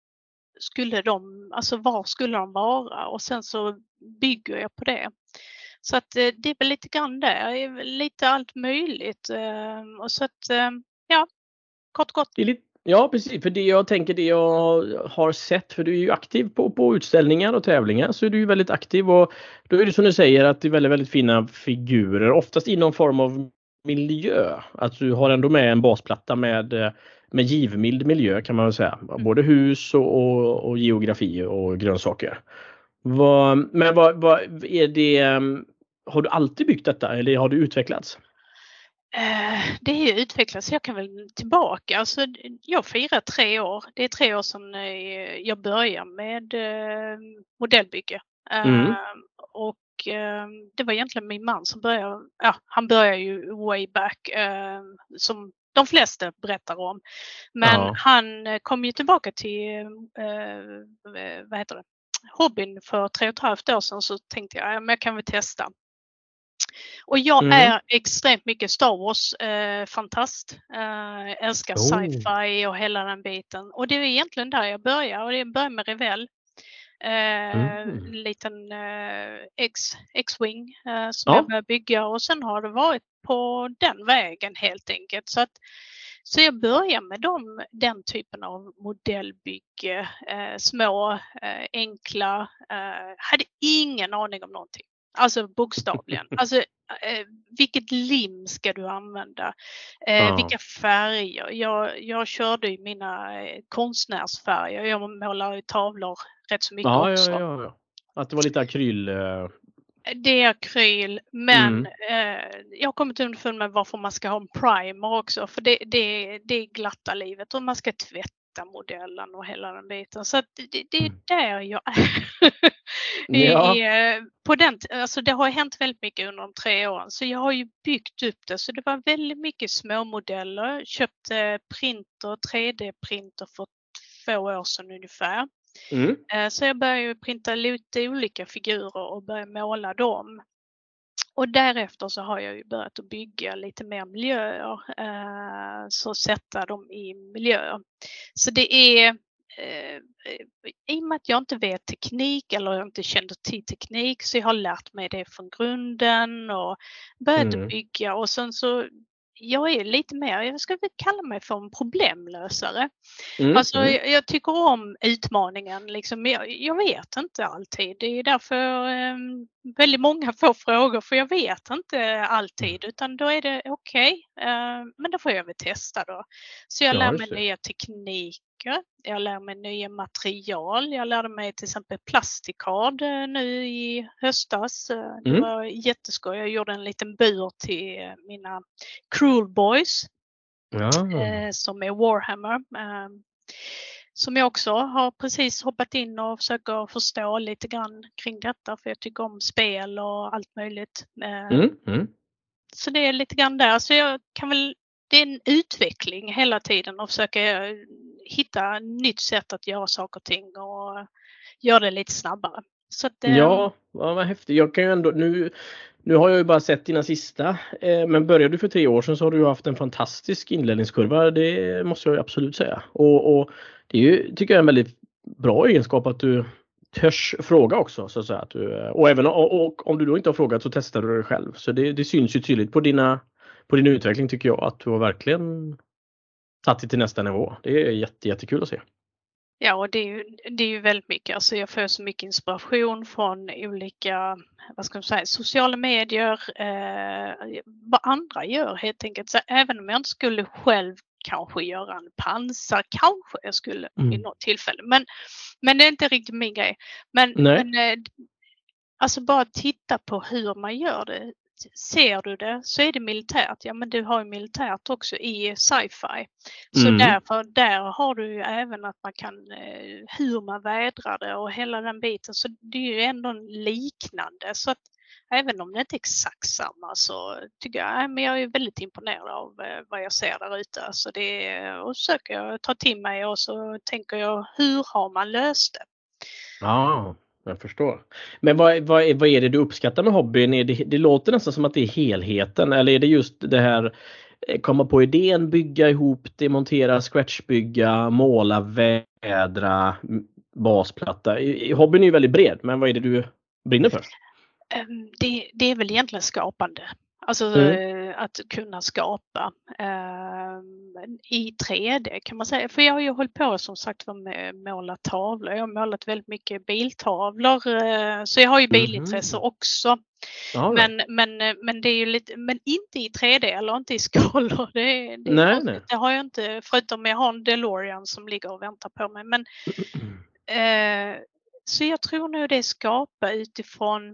skulle de, alltså var skulle de vara, och sen så bygger jag på det. Så att det är väl lite grann där, lite allt möjligt. Och så att, ja, kort kort. Ja, precis. För det jag tänker, det jag har sett, för du är ju aktiv på, på utställningar och tävlingar, så är du ju väldigt aktiv. Och då är det som du säger att det är väldigt, väldigt fina figurer, oftast i någon form av miljö. Att du har ändå med en basplatta med, med givmild miljö kan man väl säga. Både hus och, och, och geografi och grönsaker. Vad, men vad, vad är det, har du alltid byggt detta eller har du utvecklats? Eh, det är ju utvecklats, jag kan väl tillbaka. Alltså, jag firar tre år. Det är tre år sedan jag började med eh, modellbygge. Mm. Eh, och eh, det var egentligen min man som började, ja, han började ju way back eh, som de flesta berättar om. Men ja. han kom ju tillbaka till eh, vad heter det? hobbyn för tre och ett halvt år sedan, så tänkte jag, ja, men jag kan väl testa. Och jag mm. är extremt mycket Star Wars eh, fantast. Eh, älskar oh. sci-fi och hela den biten. Och det är egentligen där jag börjar. Och det börjar med Revell. Eh, mm. En liten eh, X, X-Wing eh, som ja. jag började bygga. Och sen har det varit på den vägen helt enkelt. Så att Så jag börjar med dem, den typen av modellbygge, eh, små, eh, enkla, eh, hade ingen aning om någonting. Alltså bokstavligen. Alltså eh, vilket lim ska du använda? Eh, ja. Vilka färger? Jag, jag körde ju mina eh, konstnärsfärger. Jag målar i tavlor rätt så mycket ja, också. Ja, ja, ja. Att det var lite akryl... Eh... Det är akryl, men mm. eh, jag har kommit underfund med varför man ska ha en primer också. För det, det, det är glatta livet och man ska tvätta modellen och hela den biten. Så att det, det är mm. där jag är. I, ja. i, på den, alltså det har hänt väldigt mycket under de tre åren. Så jag har ju byggt upp det. Så det var väldigt mycket små modeller. Köpte printer, tre D-printer för två år sedan ungefär. Mm. Så jag började printa lite olika figurer och började måla dem. och därefter så har jag ju börjat att bygga lite mer miljöer, eh, så sätta dem i miljöer. Så det är eh, i och med att jag inte vet teknik eller jag inte kände till teknik, så jag har lärt mig det från grunden och börjat Mm. att bygga, och sen så jag är lite mer, jag ska väl kalla mig för en problemlösare. Mm. Alltså Mm. jag, jag tycker om utmaningen liksom. Jag, jag vet inte alltid. Det är därför eh, väldigt många får frågor, för jag vet inte alltid, utan då är det okej. Okay, eh, men då får jag väl testa då. Så jag Ja, lär just mig det. nya tekniker. Jag lär mig nya material. Jag lärde mig till exempel plastikard eh, nu i höstas. Eh, Det Mm. var jätteskoj. Jag gjorde en liten bur till eh, mina Cruel Boys Ja. eh, som är Warhammer. Eh, som jag också har precis hoppat in och försöker förstå lite grann kring detta, för jag tycker om spel och allt möjligt. Eh, Mm. Mm. Så det är lite grann där. Så jag kan väl, det är en utveckling hela tiden och försöka eh, hitta ett nytt sätt att göra saker och ting och göra det lite snabbare. Så att, eh, Ja, ja, vad häftigt. Jag kan ju ändå, nu, nu har jag ju bara sett dina sista, eh, men började du för tre år sedan så har du ju haft en fantastisk inledningskurva, det måste jag ju absolut säga. Och, och det är ju, tycker jag, en väldigt bra egenskap att du törs fråga också, så att säga. Att du, och även och, och om du då inte har frågat så testar du det själv. Så det, det syns ju tydligt på dina, på din utveckling, tycker jag, att du har verkligen tagit det till nästa nivå. Det är jätte, jättekul att se. Ja, och det är ju, det är ju väldigt mycket. Alltså jag får så mycket inspiration från olika, vad ska man säga, sociala medier, eh, vad andra gör helt enkelt. Så även om jag inte skulle själv kanske göra en pansar, kanske jag skulle Mm. vid något tillfälle. Men, men det är inte riktigt min grej. Men, Nej. men eh, alltså bara titta på hur man gör det. Ser du det så är det militärt. Ja, men du har ju militärt också i sci-fi. Så Mm. därför, där har du ju även att man kan, eh, hur man vädrar det och hela den biten. Så det är ju ändå liknande. Så att även om det inte är exakt samma, så tycker jag, men jag är väldigt imponerad av eh, vad jag ser där ute. Så det är, och försöker jag ta till mig, och så tänker jag, hur har man löst det? Ja, jag förstår. Men vad, vad, är, vad är det du uppskattar med hobbyn? Är det, det låter nästan som att det är helheten. Eller är det just det här, komma på idén, bygga ihop, demontera, scratchbygga, måla, vädra, basplatta. Hobbyn är ju väldigt bred, men vad är det du brinner för? Det, det är väl egentligen skapande. Alltså mm. att kunna skapa um, i tre D kan man säga. För jag har ju hållit på som sagt med måla tavlor. Jag har målat väldigt mycket biltavlor. Uh, så jag har ju bilintresse mm. också. Ja, men, men, men det är ju lite, men inte i tre D eller inte i skalor. Det, det, nej, nej. det har jag inte, förutom jag har en DeLorean som ligger och väntar på mig. Men, uh, så jag tror nog det skapar utifrån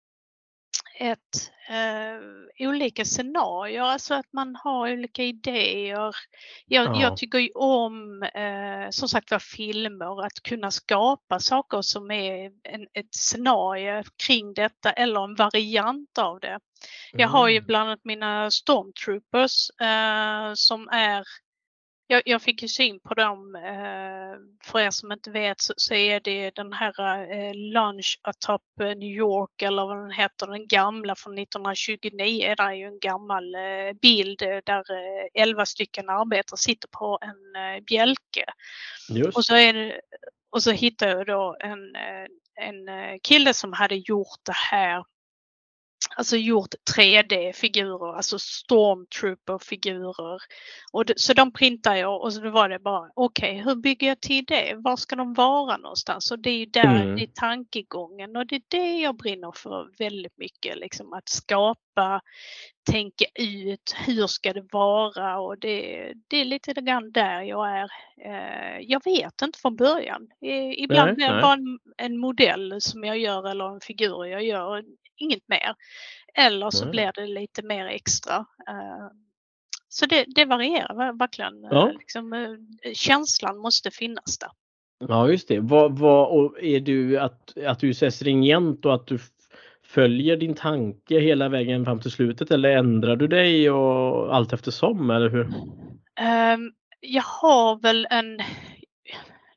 ett eh, olika scenarier, alltså att man har olika idéer. Jag, ja. jag tycker ju om eh, som sagt var filmer, att kunna skapa saker som är en, ett scenario kring detta eller en variant av det. Mm. Jag har ju bland annat mina Stormtroopers eh, som är Jag, jag fick ju syn på dem, eh, för er som inte vet så, så är det den här eh, Lunch atop New York, eller vad den heter, den gamla från nittonhundratjugonio. Det är ju en gammal eh, bild där eh, elva stycken arbetare sitter på en eh, bjälke. Just. Och så är det, och så hittade jag då en, eh, en kille som hade gjort det här. Alltså gjort tre D-figurer, alltså Stormtrooper-figurer. Och det, så de printar jag, och så var det bara, okej, okay, hur bygger jag till det? Var ska de vara någonstans? Och det är ju där, mm. det är tankegången, och det är det jag brinner för väldigt mycket. Liksom att skapa, tänka ut, hur ska det vara? Och det, det är lite grann där jag är. Eh, jag vet inte från början. Eh, ibland nej, är det bara en, en modell som jag gör, eller en figur jag gör. Inget mer. Eller så mm. blir det lite mer extra. Uh, så det, det varierar verkligen. Ja. Uh, liksom, uh, känslan måste finnas där. Ja, just det. Vad, vad, och är du att, att du är stringent och att du följer din tanke hela vägen fram till slutet, eller ändrar du dig och allt eftersom, eller hur? Um, jag har väl en...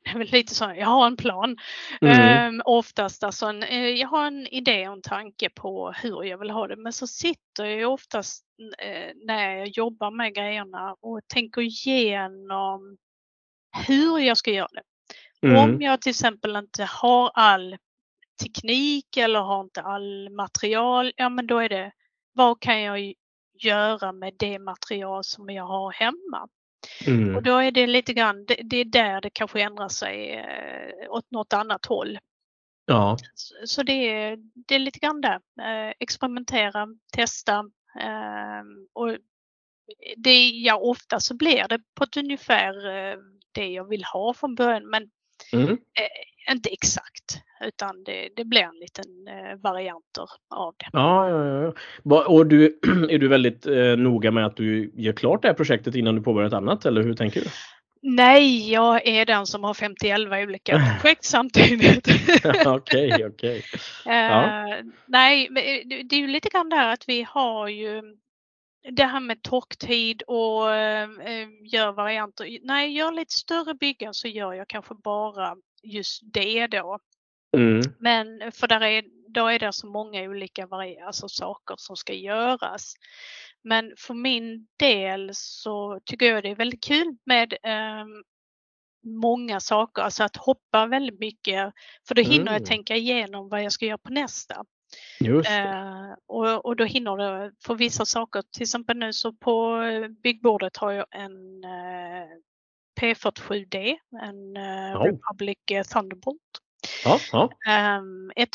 det är väl lite så, jag har en plan. Mm. Um, oftast alltså, en, jag har en idé och en tanke på hur jag vill ha det. Men så sitter jag oftast eh, när jag jobbar med grejerna och tänker igenom hur jag ska göra det. Mm. Om jag till exempel inte har all teknik eller har inte all material, ja men då är det, vad kan jag göra med det material som jag har hemma? Mm. Och då är det lite grann, det, det är där det kanske ändrar sig eh, åt något annat håll. Ja. Så, så det, är, det är lite grann där, eh, experimentera, testa eh, och det, ja ofta så blir det på ett ungefär eh, det jag vill ha från början, men Mm. Eh, inte exakt, utan det, det blir en liten eh, varianter av det. Ja, ja, ja. Va- Och du, är du väldigt eh, noga med att du gör klart det här projektet innan du påbörjar ett annat, eller hur tänker du? Nej, jag är den som har femtioelva olika projekt samtidigt. Okej, okej. Ja. Eh, nej, men det, det är ju lite grann där att vi har ju det här med torktid och eh, gör varianter. När jag gör lite större byggen så gör jag kanske bara just det då. Mm. Men för där är, då är det så många olika vari- alltså saker som ska göras. Men för min del så tycker jag det är väldigt kul med eh, många saker. Alltså att hoppa väldigt mycket. För då hinner Mm. jag tänka igenom vad jag ska göra på nästa. Just det. Eh, och, och då hinner det för vissa saker. Till exempel nu så på byggbordet har jag en eh, P fyrtiosju D. En eh, Ja. Republic eh, Thunderbolt. Ja, ja. Um, ett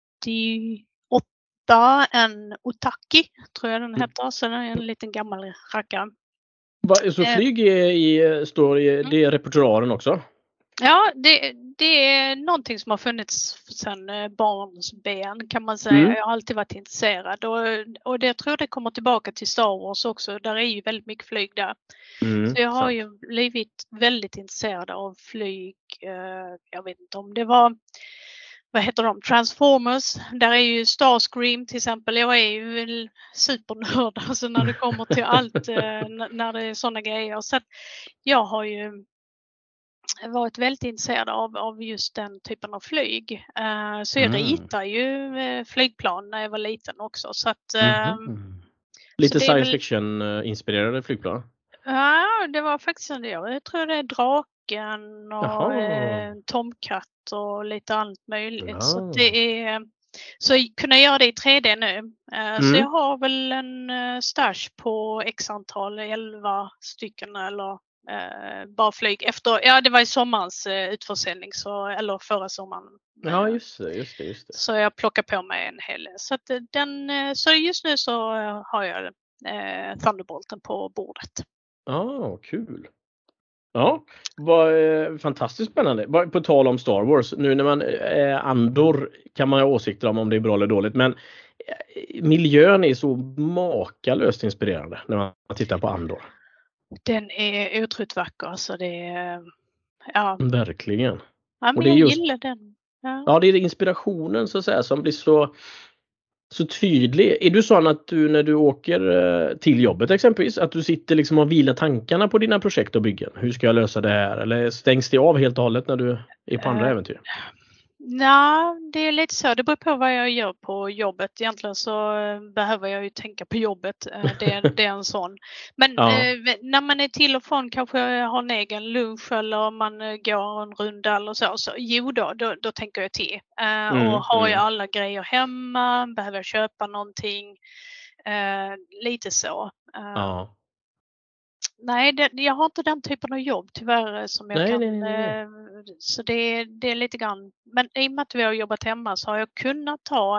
fyrtioåtta, en Otaki tror jag den heter, så den är en liten gammal rackare. Va, så Eh. flyg är i, står i det repertoaren också? Ja, det, det är någonting som har funnits sedan barnsben kan man säga. Mm. Jag har alltid varit intresserad och, och det, jag tror det kommer tillbaka till Star Wars också. Där är ju väldigt mycket flyg där. Mm, Så jag har sant. ju blivit väldigt intresserad av flyg. Uh, jag vet inte om det var, vad heter de, Transformers. Där är ju Starscream till exempel. Jag är ju supernörd alltså när det kommer till allt, uh, när det är sådana grejer. Så att jag har ju varit väldigt intresserad av, av just den typen av flyg. Uh, så jag Mm. ritar ju uh, flygplan när jag var liten också. Så att, uh, Mm. Lite så det är science väl- fiction-inspirerade flygplan? Ja, det var faktiskt en del. Jag tror det är Draken och Jaha. eh, Tomcat och lite annat möjligt. Ja. Så det är så kunna göra det i tre D nu. Eh, Så Mm. jag har väl en eh, stash på x antal, elva stycken eller eh, bara flyg efter. Ja, det var i sommarens eh, utförsäljning så eller förra sommaren. Ja, Eh, just det, just det, just det. Så jag plockar på mig en hel. Så att eh, den eh, så just nu så eh, har jag eh, Thunderbolten på bordet. Ja, ah, kul. Ja, vad eh, fantastiskt spännande. Vad- På tal om Star Wars, nu när man eh, Andor kan man ha åsikter om om det är bra eller dåligt, men eh, miljön är så makalöst inspirerande när man tittar på Andor. Den är otroligt vacker. Så det är, ja, Verkligen. ja men Och det är jag just- gillar den. Ja. Ja, det är inspirationen så att säga som blir så så tydlig. Är du sån att du när du åker eh, till jobbet exempelvis, att du sitter liksom och vilar tankarna på dina projekt och byggen? Hur ska jag lösa det här? Eller stängs det av helt och hållet när du är på andra Eh, äventyr? Nej, det är lite så. Det beror på vad jag gör på jobbet. Egentligen så eh, behöver jag ju tänka på jobbet. Eh, Det är, det är en sån. Men Ja. eh, när man är till och från kanske har en egen lunch eller om man eh, går en runda eller så. så jo då, då, då tänker jag till. Eh, Mm, och har jag mm. alla grejer hemma? Behöver jag köpa någonting? Eh, lite så. Eh, Ja. Nej, det, jag har inte den typen av jobb tyvärr eh, som jag Nej, kan. nej, nej, nej. Eh, så det, det är lite grann. Men i och med att vi har jobbat hemma så har jag kunnat ta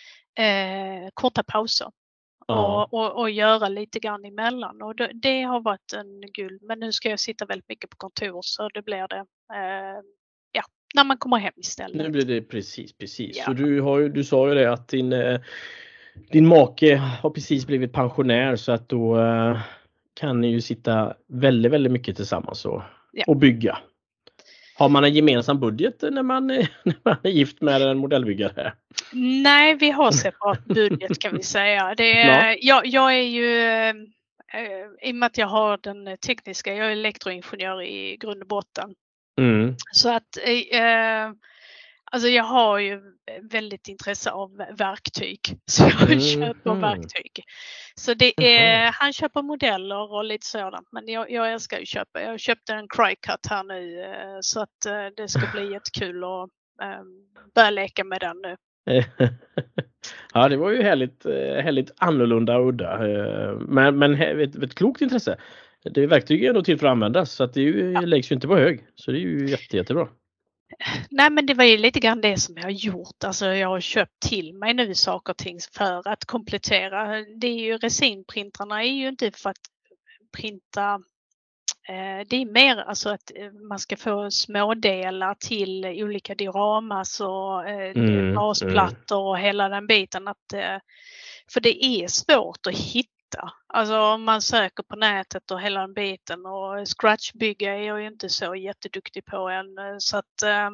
eh, korta pauser Ja. och, och, och göra lite grann emellan. Och det, det har varit en guld. Men nu ska jag sitta väldigt mycket på kontor så det blir det. Eh, ja, när man kommer hem istället. Nu blir det precis, precis. Ja. Så du, har ju, du sa ju det att din, eh, din make har precis blivit pensionär så att då eh, kan ni ju sitta väldigt, väldigt mycket tillsammans och, Ja. och bygga. Har man en gemensam budget när man, är- när man är gift med en modellbyggare? Nej, vi har separat budget kan vi säga. Det är, jag, jag är ju, eh, i och med att jag har den tekniska, jag är elektroingenjör i grund och botten. Mm. Så att eh, alltså jag har ju väldigt intresse av verktyg. Så jag Mm. köper Mm. verktyg. Så det är, han köper modeller och lite sådant. Men jag, jag älskar ju köpa. Jag köpte en Cricut här nu. eh, Så att eh, det ska bli jättekul att eh, börja leka med den nu. Ja, det var ju härligt, eh, härligt annorlunda och udda. eh, Men, men he- ett, ett klokt intresse. Det verktyg är ändå till för att användas, så att det är ju, Ja. läggs ju inte på hög. Så det är ju jätte, jättebra. Nej, men det var ju lite grann det som jag har gjort. Alltså jag har köpt till mig nu saker och ting för att komplettera. Det är ju resinprintrarna är ju inte för att printa. Eh, det är mer alltså att eh, man ska få smådelar till olika dioramas och eh, Mm, basplattor och hela den biten. Att, eh, för det är svårt att hitta. Alltså om man söker på nätet och hela den biten, och scratchbygga är jag ju inte så jätteduktig på än. eh, Så att eh,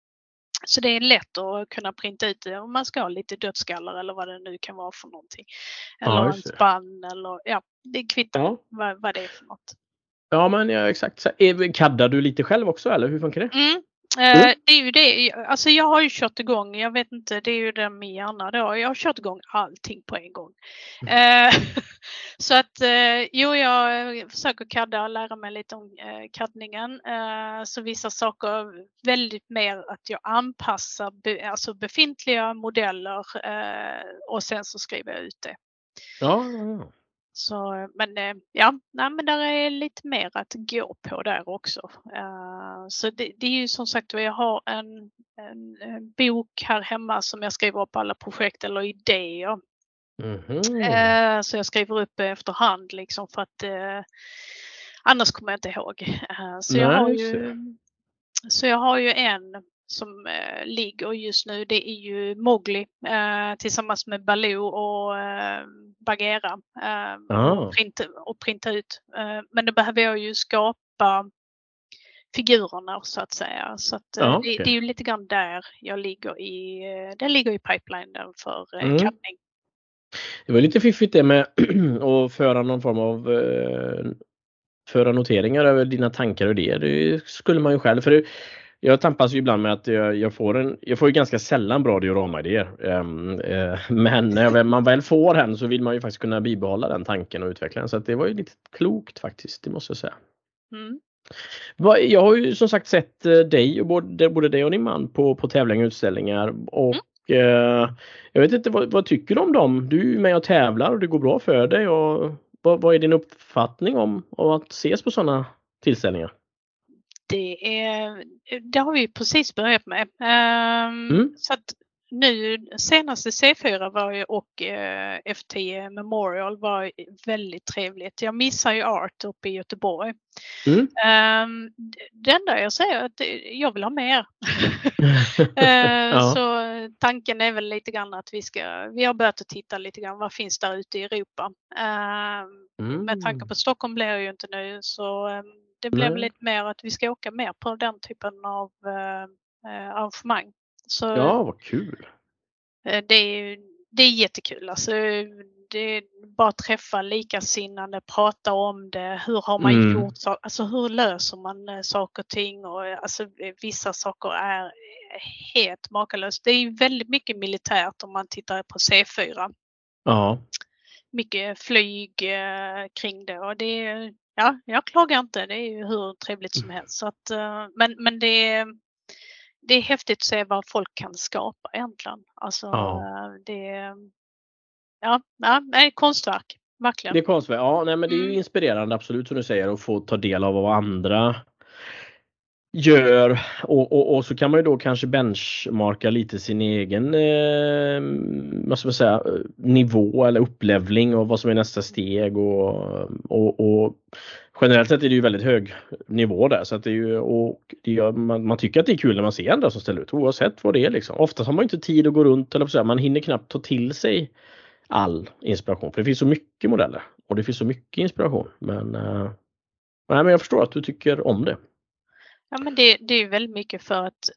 så det är lätt att kunna printa ut det om man ska ha lite dödsskallar eller vad det nu kan vara för någonting. Eller Ja, en just det. spann eller ja, det kvittar Ja. vad, vad det är för något. Ja, men ja, exakt. Så, är- kaddar du lite själv också, eller hur funkar det? Mm. Eh, det är ju det. Alltså jag har ju kört igång, jag vet inte, det är ju det med hjärna då. Jag har kört igång allting på en gång. Eh, så att eh, jo, jag försöker kadda, lära mig lite om eh, kaddningen. Eh, så vissa saker väldigt mer att jag anpassar be, alltså befintliga modeller eh, och sen så skriver jag ut det. Ja, ja, ja. Så, men eh, ja, nej, men där är lite mer att gå på där också. Uh, så det, det är ju som sagt, jag har en, en, en bok här hemma som jag skriver upp alla projekt eller idéer. Mhm. Uh, så jag skriver upp efterhand liksom för att uh, annars kommer jag inte ihåg. Uh, så, jag Nej, har just ju, det. så jag har ju en som eh, ligger just nu, det är ju Mowgli eh, tillsammans med Baloo och eh, Bagheera eh, Ah. och, printa, och printa ut. Eh, men då behöver jag ju skapa figurerna så att säga. Så att, eh, Ja, det, okej. det är ju lite grann där jag ligger i, eh, den ligger i pipelinen för eh, Mm. kaddning. Det var lite fiffigt det med att föra någon form av eh, föra noteringar över dina tankar och det. Det skulle man ju själv, för det, jag tampas ju ibland med att jag, jag får en, jag får ju ganska sällan bra diorama-idéer. Um, uh, men när man väl får en så vill man ju faktiskt kunna bibehålla den tanken och utveckla den. Så att det var ju lite klokt faktiskt, det måste jag säga. Mm. Jag har ju som sagt sett dig och både, både dig och din man på, på tävlingar och utställningar. Och mm. uh, jag vet inte, vad, vad tycker du om dem? Du är ju med och tävlar och det går bra för dig. Och vad, vad är din uppfattning om, om att ses på sådana tillställningar? Det, är, det har vi precis börjat med. Um, Mm. Så att nu senaste C fyra var ju, och eh, F tio Memorial var väldigt trevligt. Jag missar ju Art uppe i Göteborg. Mm. Um, det enda jag säger är att jag vill ha mer. uh, Ja. Så tanken är väl lite grann att vi ska, vi har börjat att titta lite grann vad finns där ute i Europa. Uh, Mm. Med tanke på Stockholm blir jag ju inte nu, så um, det blir väl lite mer att vi ska åka mer på den typen av uh, arrangemang. Så, ja, vad kul. Det är, det är jättekul. Alltså, det är bara att träffa likasinnande, prata om det. Hur har man Mm. gjort så, alltså hur löser man saker och ting? Och, alltså, vissa saker är helt makalöst. Det är väldigt mycket militärt om man tittar på C fyra. Ja. Mycket flyg eh, kring det. Och det är, ja, jag klagar inte. Det är ju hur trevligt som helst. Så att, eh, men, men det är Det är häftigt att se vad folk kan skapa egentligen. Alltså Ja. det ja, ja, nej, konstverk. Verkligen. Det är konstverk. Ja, nej, men det är ju Mm. inspirerande absolut som du säger, att få ta del av vad andra gör, och, och, och så kan man ju då kanske benchmarka lite sin egen eh, vad ska man säga, nivå eller upplevling och vad som är nästa steg, och, och, och generellt sett är det ju väldigt hög nivå där, så att det är ju, och det gör, man, man tycker att det är kul när man ser andra som ställer ut, oavsett vad det är liksom. Ofta har man inte tid att gå runt, eller så här, man hinner knappt ta till sig all inspiration, för det finns så mycket modeller och det finns så mycket inspiration, men, eh, nej, men jag förstår att du tycker om det. Ja, men det, det är väldigt mycket för att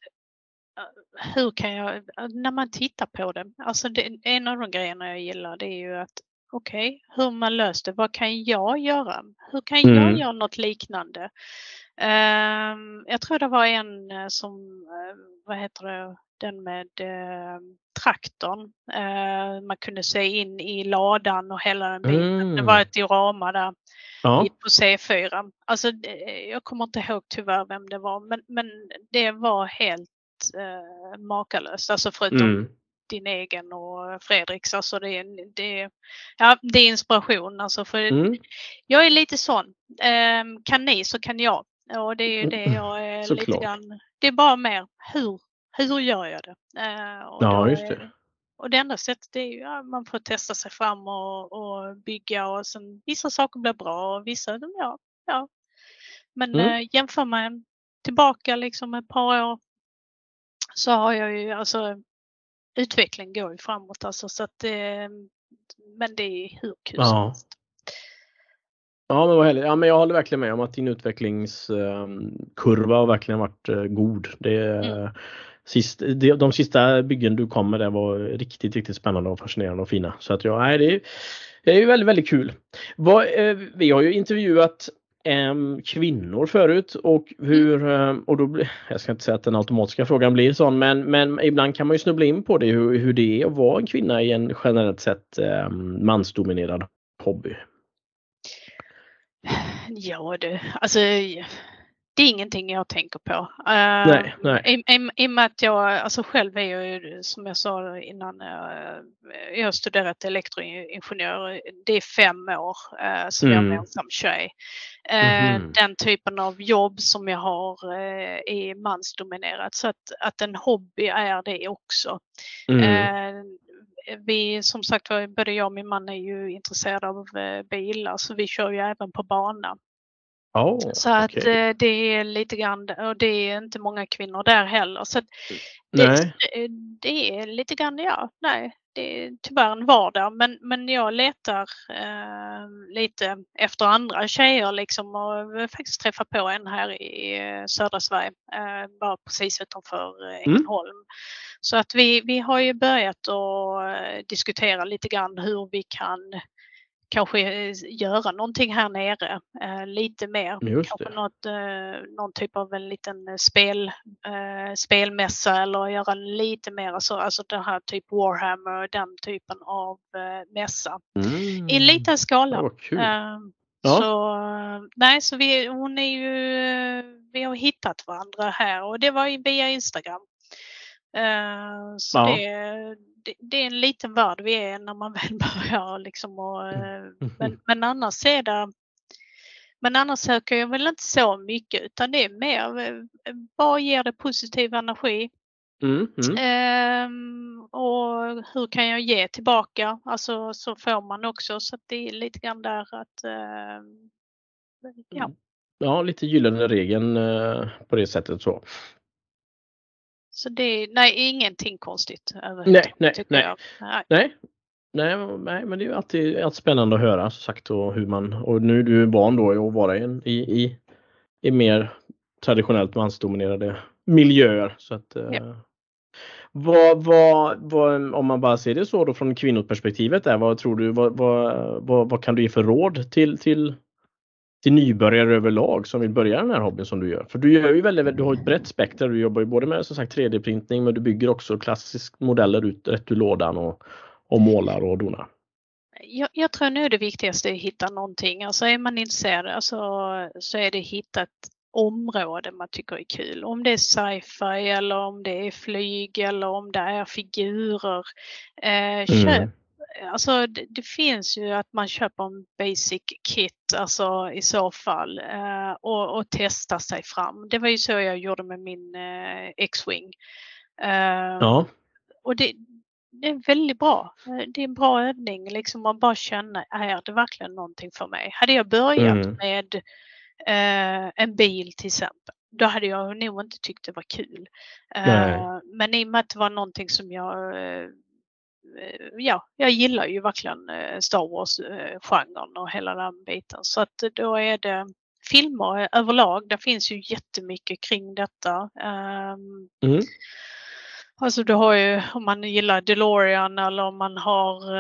hur kan jag, när man tittar på det, alltså det, en av de grejerna jag gillar, det är ju att okej, okay, hur man löste, vad kan jag göra? Hur kan Mm. jag göra något liknande? Um, jag tror det var en som, uh, vad heter det, den med uh, traktorn. Uh, man kunde se in i ladan och hela den biten. Mm. Det var ett diorama där Ja. i, på C fyra. Alltså, jag kommer inte ihåg tyvärr vem det var, men, men det var helt uh, makalöst. Alltså förutom Mm. din egen och Fredriks. Alltså det, det, ja, det är inspiration. Alltså för Mm. jag är lite sån. Um, kan ni så kan jag. Och det är ju det jag är Såklart. lite grann. Det är bara mer hur, hur gör jag det? Uh, och ja, då just det. är, och det enda sättet är ju ja, man får testa sig fram och, och bygga och sen vissa saker blir bra och vissa, ja. ja. Men Mm. uh, jämför man tillbaka liksom ett par år så har jag ju alltså utveckling går ju framåt alltså så att eh, men det är hur kul som Ja. helst. Ja, men vad härligt. Ja, men jag håller verkligen med om att din utvecklingskurva har verkligen varit uh, god. Det mm. sist, de, de sista byggen du kom med där var riktigt, riktigt spännande och fascinerande och fina. Så att ja, nej, det är, det är ju väldigt, väldigt kul. Vad, eh, vi har ju intervjuat eh, kvinnor förut och hur, eh, och då, jag ska inte säga att den automatiska frågan blir sån, men, men ibland kan man ju snubbla in på det, hur, hur det är att vara en kvinna i en generellt sett eh, mansdominerad hobby. Ja du, alltså det är ingenting jag tänker på. Uh, nej, nej. I, i, I och med att jag, alltså själv är jag ju, som jag sa innan, uh, jag har studerat elektroingenjör, det är fem år uh, som mm. jag är ensam tjej. Uh, mm. Den typen av jobb som jag har uh, är mansdominerat, så att, att en hobby är det också. Mm. Uh, vi, som sagt, både jag och min man är ju intresserade av uh, bilar, så vi kör ju även på bana. Oh, så att okay. eh, det är lite grann, och det är inte många kvinnor där heller. Så att det, nej. det är lite grann, ja, nej, det är tyvärr en vardag. Men, men jag letar eh, lite efter andra tjejer liksom, och vi faktiskt träffa på en här i södra Sverige, eh, bara precis utanför eh, Ängelholm. Mm. Så att vi, vi har ju börjat att diskutera lite grann hur vi kan kanske göra någonting här nere eh, lite mer. Just kanske det. något, eh, någon typ av en liten spel, eh, spelmässa eller göra lite mer alltså, alltså den här typ Warhammer, den typen av eh, mässa. Mm. I en liten skala. Oh, kul. Eh, ja. Så nej, så vi, hon är ju, vi har hittat varandra här och det var ju via Instagram. Uh, så ja. det, det, det är en liten värld vi är när man väl börjar liksom och, uh, men, men annars är det men annars söker jag väl inte så mycket utan det är mer uh, vad ger det positiv energi mm, mm. Uh, och hur kan jag ge tillbaka, alltså så får man också, så att det är lite grann där att uh, ja. ja, lite gyllene regeln uh, på det sättet så. Så det är nej, ingenting konstigt över nej, nej, nej. jag. Nej. nej. Nej, nej, men det är ju alltid, alltid spännande att höra så sagt och hur man, och nu är du van då att vara i, i, i, i mer traditionellt mansdominerade miljöer så att ja. eh, vad, vad, vad, om man bara ser det så då från kvinnoperspektivet där, vad tror du, vad, vad, vad, vad kan du ge för råd till, till till nybörjare överlag som vill börja den här hobbyn som du gör? För du gör ju väldigt, du har ett brett spektra, du jobbar ju både med som sagt tre D-printning men du bygger också klassiska modeller ut rätt ur lådan och, och målar och donar. Jag, jag tror nu det viktigaste är att hitta någonting. Alltså är man intresserad alltså, så är det att hitta ett område man tycker är kul. Om det är sci-fi eller om det är flyg eller om det är figurer. Eh, köp. Mm. Alltså det, det finns ju att man köper en basic kit alltså i så fall eh, och, och testa sig fram. Det var ju så jag gjorde med min eh, X-Wing. Eh, ja. Och det, det är väldigt bra. Det är en bra övning liksom att bara känna, är det verkligen någonting för mig? Hade jag börjat mm. med eh, en bil till exempel, då hade jag nog inte tyckt det var kul. Eh, men i och med att det var någonting som jag eh, ja, jag gillar ju verkligen Star Wars-genren och hela den biten. Så att då är det filmer överlag. Det finns ju jättemycket kring detta. Um, mm. Alltså du har ju, om man gillar DeLorean eller om man har uh,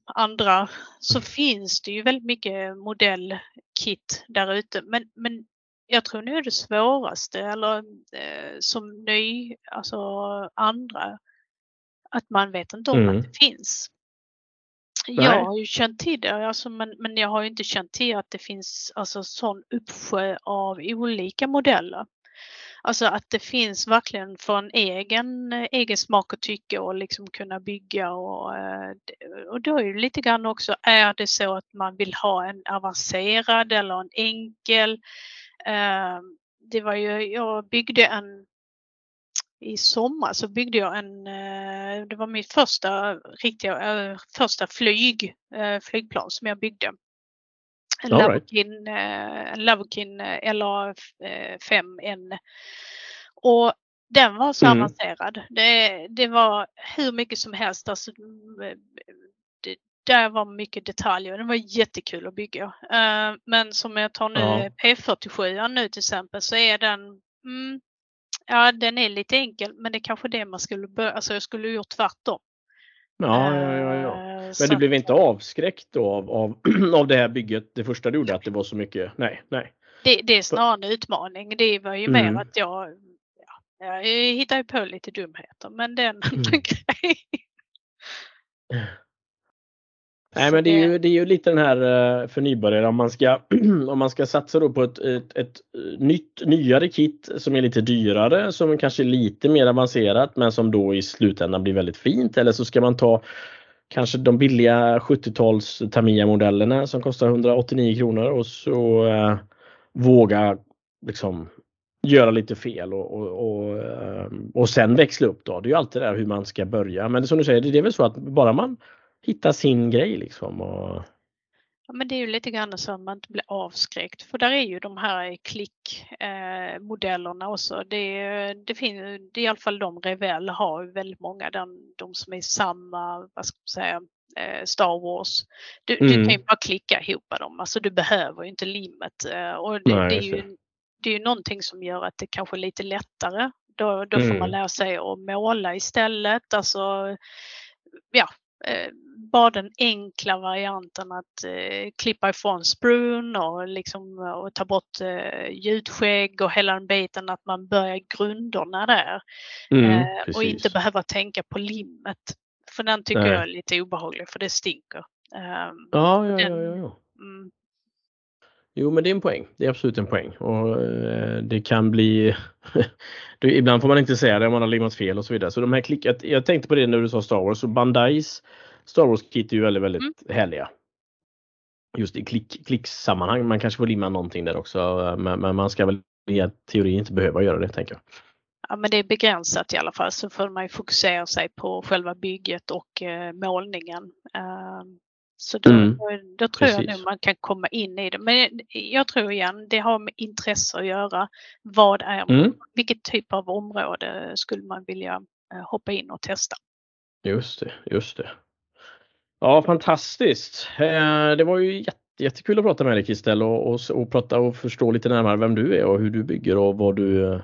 andra så finns det ju väldigt mycket modellkit där ute. Men, men jag tror nu är det svåraste eller eh, som ny, alltså andra, att man vet inte om Mm. att det finns. Nej. Jag har ju känt till det, alltså, men, men jag har ju inte känt till att det finns alltså sån uppsjö av olika modeller. Alltså att det finns verkligen för en egen, egen smak och tycke och liksom kunna bygga och, och då är det lite grann också, är det så att man vill ha en avancerad eller en enkel. Det var ju, jag byggde en i sommar så byggde jag en, det var mitt första riktiga, första flyg, flygplan som jag byggde. En Lavokin, en Lavokin L A fem N. Och den var så mm. avancerad. Det, det var hur mycket som helst. Alltså, det, där var mycket detaljer. Det var jättekul att bygga. Uh, men som jag tar nu ja. P fyrtiosju nu till exempel så är den mm, ja, den är lite enkel, men det är kanske det man skulle börja, alltså jag skulle gjort tvärtom. Ja, ja, ja, ja. Men så du blev inte avskräckt då av, av, av det här bygget, det första du gjorde, att det var så mycket? Nej, nej. Det, det är snarare en utmaning. Det var ju mm. mer att jag, ja, jag hittar ju på lite dumheter, men det är en annan mm. grej. Nej, men det är ju, det är ju lite den här för nybörjare, om man ska, om man ska satsa då på ett, ett, ett nytt, nyare kit som är lite dyrare, som kanske är lite mer avancerat, men som då i slutändan blir väldigt fint. Eller så ska man ta kanske de billiga sjuttio-tals Tamiya-modellerna som kostar hundraåttionio kronor och så eh, våga liksom göra lite fel och, och, och, och sen växla upp då. Det är ju alltid där hur man ska börja. Men det, som du säger, det är väl så att bara man hitta sin grej liksom. Och... Ja, men det är ju lite grann så att man inte blir avskräckt. För där är ju de här klickmodellerna eh, också. Det, det finns det är i alla fall de Revell har väldigt många. Den, de som är samma, vad ska man säga, eh, Star Wars. Du, mm. du kan ju bara klicka ihop dem. Alltså du behöver ju inte limmet. Eh, och det, Nej, det, är ju, det är ju någonting som gör att det kanske är lite lättare. Då, då får mm. man lära sig att måla istället. Alltså, ja. Eh, bara den enkla varianten att eh, klippa ifrån sprun och, liksom, och ta bort eh, ljudskägg och hela den biten, att man börjar grunderna där mm, eh, och inte behöva tänka på limmet, för den tycker Nej. jag är lite obehaglig, för det stinker. Eh, ja, ja, den, ja, ja, ja. Mm. Jo, men det är en poäng. Det är absolut en poäng. Och eh, det kan bli... det, ibland får man inte säga det om man har limmat fel och så vidare. Så de här klick... jag, jag tänkte på det när du sa Star Wars. Så Bandais Star Wars-kit är ju väldigt, väldigt mm. härliga. Just i klick, klicksammanhang. Man kanske får limma någonting där också. Men, men man ska väl i teori inte behöva göra det, tänker jag. Ja, men det är begränsat i alla fall. Så får man ju fokusera sig på själva bygget och eh, målningen. Uh, Så då, mm. då tror Precis. jag nu man kan komma in i det. Men jag tror igen, det har med intresse att göra. Vad är, mm. vilket typ av område skulle man vilja hoppa in och testa? Just det, just det. Ja, fantastiskt. Det var ju jätte, jättekul att prata med dig, Kristel, och, och, och prata och förstå lite närmare vem du är och hur du bygger och vad du,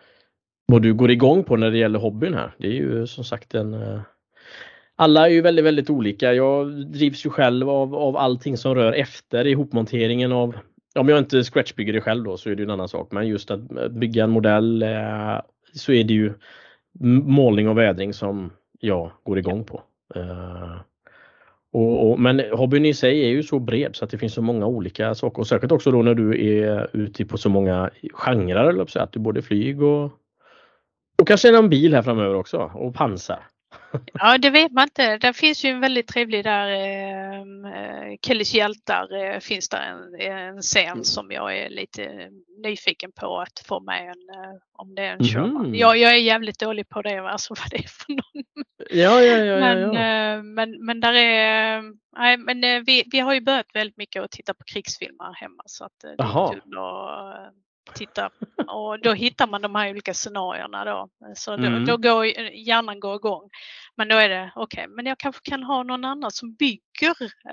vad du går igång på när det gäller hobbyn här. Det är ju som sagt en... Alla är ju väldigt, väldigt olika. Jag drivs ju själv av, av allting som rör efter ihopmonteringen av, om jag inte scratchbygger det själv då så är det en annan sak. Men just att bygga en modell eh, så är det ju målning och vädring som jag går igång på. Eh, och, och, men hobbyn i sig är ju så bred så att det finns så många olika saker. Och säkert också då när du är ute på så många genrer, eller så att du både flyg och, och kanske en bil här framöver också. Och pansar. Ja, det vet man inte. Det finns ju en väldigt trevlig där, eh, Kellys hjältar, eh, finns där en, en scen som jag är lite nyfiken på att få med en, eh, om det är en Sherman. Mm. Jag, jag är jävligt dålig på det, alltså vad det är för någon. Ja, ja, ja. men, ja, ja. Eh, men, men där är, nej, men eh, vi, vi har ju börjat väldigt mycket att titta på krigsfilmer hemma, så att eh, det är kul att titta. Och då hittar man de här olika scenarierna då. Så då, mm. då går hjärnan går igång. Men då är det okej, okay, men jag kanske kan ha någon annan som bygger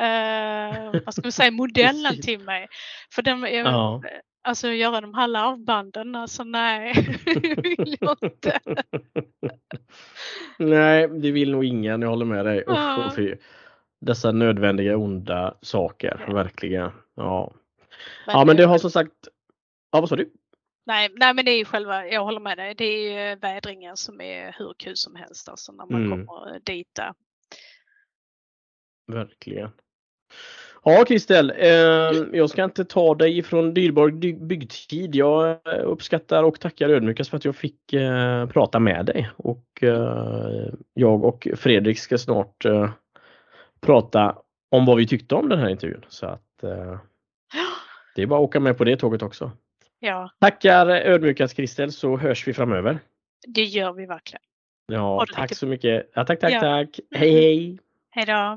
eh, vad ska man säga, modellen till mig. För den, ja. Alltså göra de här larvbanden, alltså nej, vill jag inte. Nej, det vill nog ingen, jag håller med dig. Usch, och fy. dessa nödvändiga onda saker, Ja. verkligen. Ja. Men Ja, men det- det har som sagt... Ja, vad sa du? Nej, nej, men det är ju själva, jag håller med dig, det är ju vädringen som är hur kul som helst alltså när man Mm. kommer dit där. Verkligen. Ja, Kristel, eh, jag ska inte ta dig ifrån dyrbar dy- byggtid. Jag eh, uppskattar och tackar ödmjukast för att jag fick eh, prata med dig. Och eh, jag och Fredrik ska snart eh, prata om vad vi tyckte om den här intervjun. Så att eh, det är bara att åka med på det tåget också. Ja, Tackar ödmjukast Kristel, så hörs vi framöver. det gör vi verkligen. Ja, Ha det tack riktigt- så mycket. Ja, tack, tack, Ja. tack. Hej, hej. Hej då!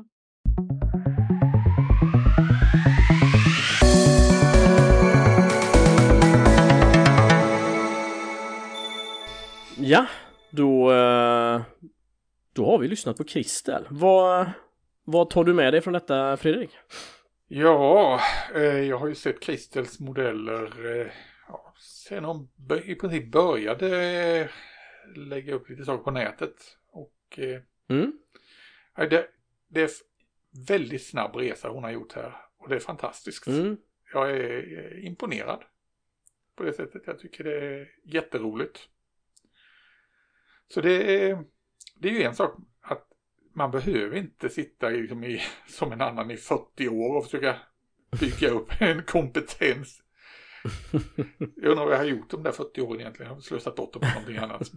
Ja, då, eh, då har vi lyssnat på Kristel. Vad, vad tar du med dig från detta, Fredrik? Ja, eh, jag har ju sett Kristels modeller eh, ja, sen hon bör- i princip började eh, lägga upp lite saker på nätet. Och eh, Mm? ja, det, det är f- väldigt snabb resa hon har gjort här. Och det är fantastiskt. Mm? Jag är eh, imponerad på det sättet. Jag tycker det är jätteroligt. Så det är, det är ju en sak att man behöver inte sitta liksom i, som en annan i fyrtio år och försöka bygga upp en kompetens. Jag undrar vad jag har gjort de där fyrtio åren egentligen. Jag har slösat bort dem på någonting annat.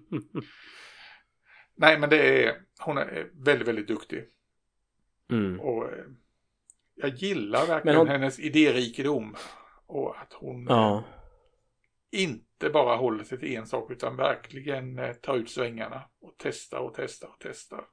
Nej, men det är, hon är väldigt, väldigt duktig. Mm. Och eh, jag gillar verkligen Men hon- hennes idérikedom. Och att hon eh, Ja. inte bara håller sig till en sak utan verkligen eh, tar ut svängarna och testar och testar och testar.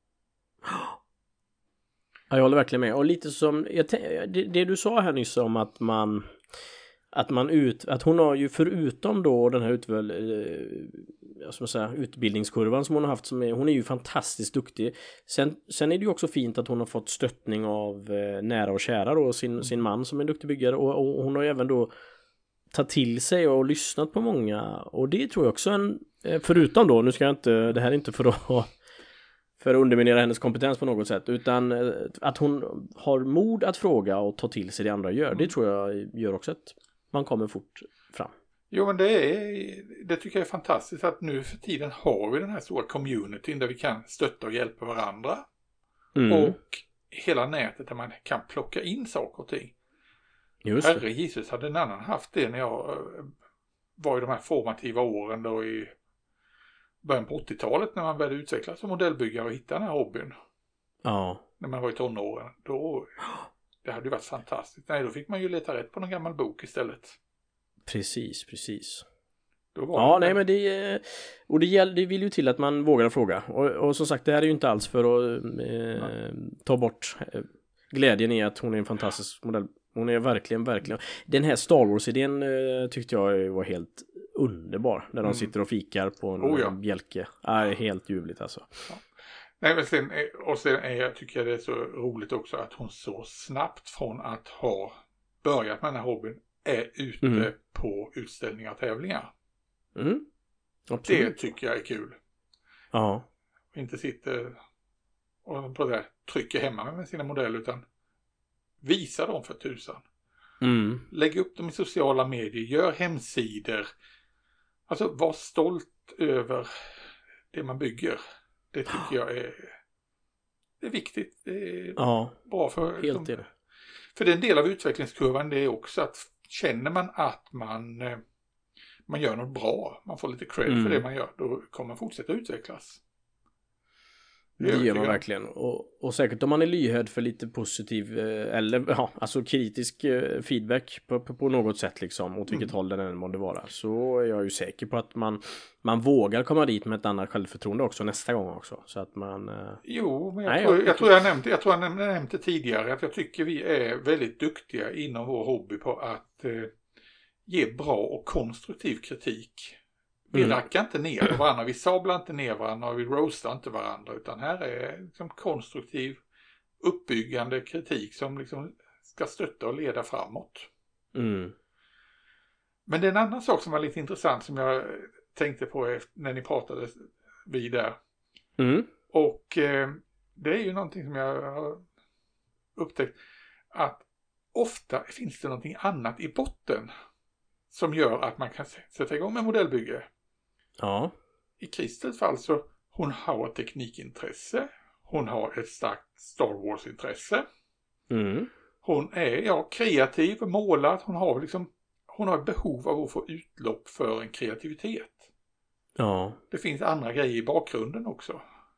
Ja, jag håller verkligen med. Och lite som jag tän- det, det du sa här nyss om att man att man ut att hon har ju förutom då den här utväl, eh, jag ska man säga, utbildningskurvan som hon har haft, som är, hon är ju fantastiskt duktig. Sen, sen är det ju också fint att hon har fått stöttning av eh, nära och kära då, sin, sin man som är en duktig byggare, och, och hon har ju även då tagit till sig och lyssnat på många, och det tror jag också en, eh, förutom då, nu ska jag inte, det här är inte för att för att underminera hennes kompetens på något sätt, utan eh, att hon har mod att fråga och ta till sig det andra gör. Det tror jag gör också att man kommer fort fram. Jo, men det, är, det tycker jag är fantastiskt att nu för tiden har vi den här stora communityn där vi kan stötta och hjälpa varandra. Mm. Och hela nätet där man kan plocka in saker och ting. Just det. Herre Jesus, hade en annan haft det när jag eh, var i de här formativa åren då i början på åttiotalet när man började utvecklas som modellbyggare och hitta den här hobbyn. Ja. När man var i tonåren. Då, det hade ju varit fantastiskt. Nej, då fick man ju leta rätt på någon gammal bok istället. Precis, precis. Då var Ja, det nej men det och det, gäll, det vill ju till att man vågar fråga. Och, och som sagt, det här är ju inte alls för att eh, ta bort eh, glädjen i att hon är en fantastisk modell. Hon är verkligen, verkligen. Den här Star Wars-idén eh, tyckte jag var helt underbar. När de Mm. sitter och fikar på en Oh, ja. bjälke. Ja, det är helt ljuvligt alltså. Nej, men sen, är- och sen är jag, tycker jag det är så roligt också att hon så snabbt från att ha börjat med den här hobbyn är ute Mm. på utställningar och tävlingar. Mm. Det Absolut. tycker jag är kul. Ja. Och inte sitter och på det där, trycker hemma med sina modeller utan visa dem för tusan. Mm. Lägg upp dem i sociala medier, gör hemsidor. Alltså var stolt över det man bygger. Det tycker jag är, det är viktigt. Det är Ja, bra för, helt liksom, enig. för det är en del av utvecklingskurvan. Det är också att känner man att man, eh, man gör något bra, man får lite cred Mm. för det man gör, då kommer man fortsätta utvecklas. är Det gör övertygad man om. verkligen. Och, och säkert om man är lyhörd för lite positiv eh, eller ja, alltså kritisk eh, feedback på, på, på något sätt liksom, åt vilket Mm. håll den än måste vara, så är jag ju säker på att man, man vågar komma dit med ett annat självförtroende också nästa gång också. Så att man... Eh, Jo, men jag, Nej, tror, jag- jag, tror jag nämnde, jag tror jag nämnde, nämnde tidigare att jag tycker vi är väldigt duktiga inom vår hobby på att eh, ge bra och konstruktiv kritik. Vi Mm. rackar inte ner på varandra, vi sablar inte ner varandra och vi roastar inte varandra, utan här är liksom konstruktiv, uppbyggande kritik som liksom ska stötta och leda framåt. mm. Men det är en annan sak som var lite intressant som jag tänkte på efter- när ni pratade vid där. Mm. Och eh, det är ju någonting som jag har upptäckt att ofta finns det någonting annat i botten som gör att man kan sätta igång med modellbygge. Ja. I Kristels fall så hon har ett teknikintresse. Hon har ett starkt Star Wars-intresse. Mm. Hon är ja, kreativ, målad. Hon har liksom hon har ett behov av att få utlopp för en kreativitet. Ja. Det finns andra grejer i bakgrunden också.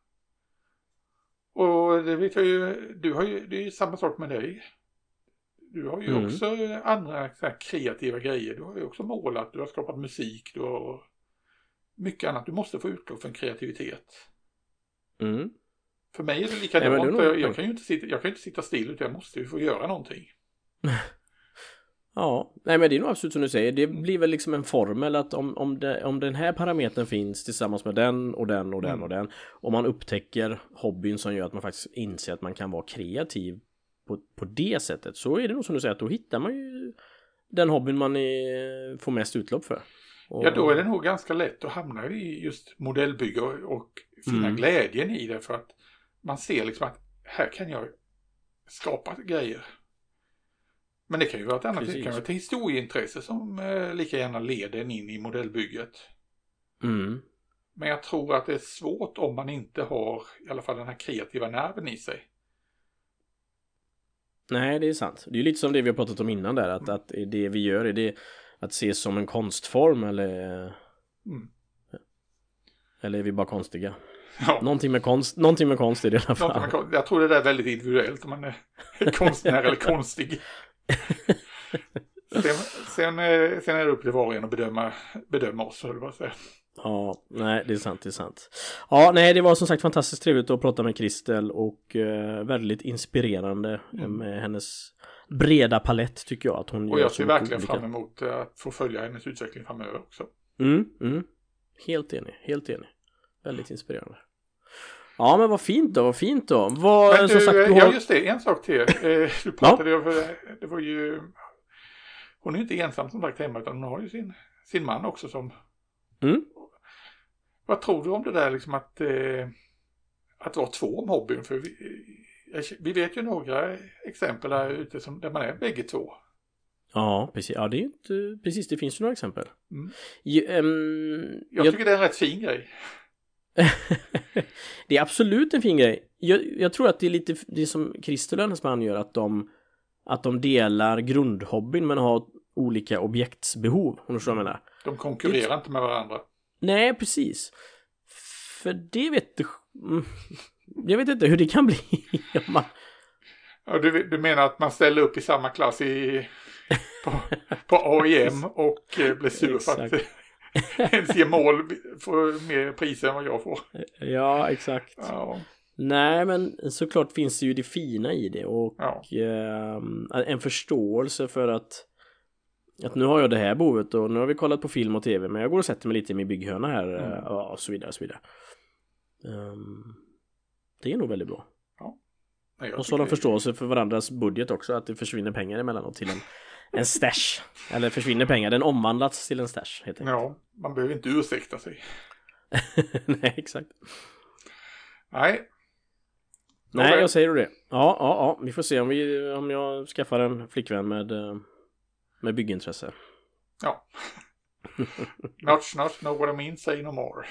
Och det vet jag ju, du har ju, det är ju samma sak med dig. Du har ju Mm. också andra så här, kreativa grejer. Du har ju också målat, du har skapat musik, du har mycket annat. Du måste få utlopp för en kreativitet. Mm. För mig är det likadant. Nej, men det är nog- jag, jag, kan ju inte sitta, jag kan ju inte sitta still utan jag måste ju få göra någonting. Ja, nej men det är nog absolut som du säger. Det blir väl liksom en formel att om, om, det, om den här parametern finns tillsammans med den och den och den Mm. och den. Om man upptäcker hobbyn som gör att man faktiskt inser att man kan vara kreativ på, på det sättet. Så är det nog som du säger att då hittar man ju den hobbyn man är, får mest utlopp för. Och, Ja, då är det nog ganska lätt att hamna i just modellbygge och, och finna Mm. glädjen i det. För att man ser liksom att här kan jag skapa grejer. Men det kan ju vara ett annat, det Precis. kan vara ett historieintresse som eh, lika gärna leder en in i modellbygget. Mm. Men jag tror att det är svårt om man inte har i alla fall den här kreativa nerven i sig. Nej, det är sant. Det är ju lite som det vi har pratat om innan där. Att, att det vi gör är det att ses som en konstform eller, Mm. eller är vi bara konstiga? Ja. Någonting med konst, någonting med konst är det i alla fall. Något man kan- Jag tror det där är väldigt individuellt om man är konstnär eller konstig. Sen, sen, eh, sen är det upp till var och en att bedöma, bedöma oss. Eller vad säger. Ja, nej, det är sant, det är sant. Ja, nej, det var som sagt fantastiskt trevligt att prata med Kristel och eh, väldigt inspirerande Mm. med hennes breda palett tycker jag att hon Och gör jag så ser mycket verkligen olika. fram emot eh, att få följa hennes utveckling framöver också. Mm, mm. Helt enig, helt enig. Väldigt inspirerande. Ja, men vad fint då, vad fint då. Vad, Men som du, sagt, du eh, har... ja just det, en sak till. Eh, Du pratade ju, för det var ju, hon är ju inte ensam som sagt hemma utan hon har ju sin, sin man också som, Mm. vad tror du om det där liksom att, eh, att vara två om hobbyn? För vi, jag, vi vet ju några exempel där ute som, där man är bägge två. Ja, precis. Ja, det är ju inte... Precis, det finns ju några exempel. Mm. Ju, ehm, Jag jag- tycker det är en rätt fin grej. Det är absolut en fin grej. Jag, jag tror att det är lite det som Kristel och hennes man gör, att de, att de delar grundhobbyn men har olika objektsbehov. Om du förstår vad jag menar. De konkurrerar inte med varandra. Nej, precis. För det vet du... mm, Jag vet inte hur det kan bli. om man, Ja, du, du menar att man ställer upp i samma klass i, på, på A I M och eh, blir sur för att ens ge mål får mer priser än vad jag får. ja, exakt. Ja, Nej, men såklart finns det ju det fina i det. Och ja. ehm, en förståelse för att att nu har jag det här behovet och nu har vi kollat på film och tv, men jag går och sätter mig lite i min bygghörna här Mm. eh, ja, och så vidare och så vidare. Ehm, det är nog väldigt bra. Nej, jag Och så har de tycker- förståelse för varandras budget också, att det försvinner pengar emellanåt till en, en stash. Eller försvinner pengar, den omvandlats till en stash helt enkelt. Ja, man behöver inte ursäkta sig. Nej, exakt. Nej. Nej, Nåväl. jag säger det. Ja, ja, ja. Vi får se om, vi, om jag skaffar en flickvän med, eh, med byggintresse. Ja. Notch, notch, know what I mean, say no more.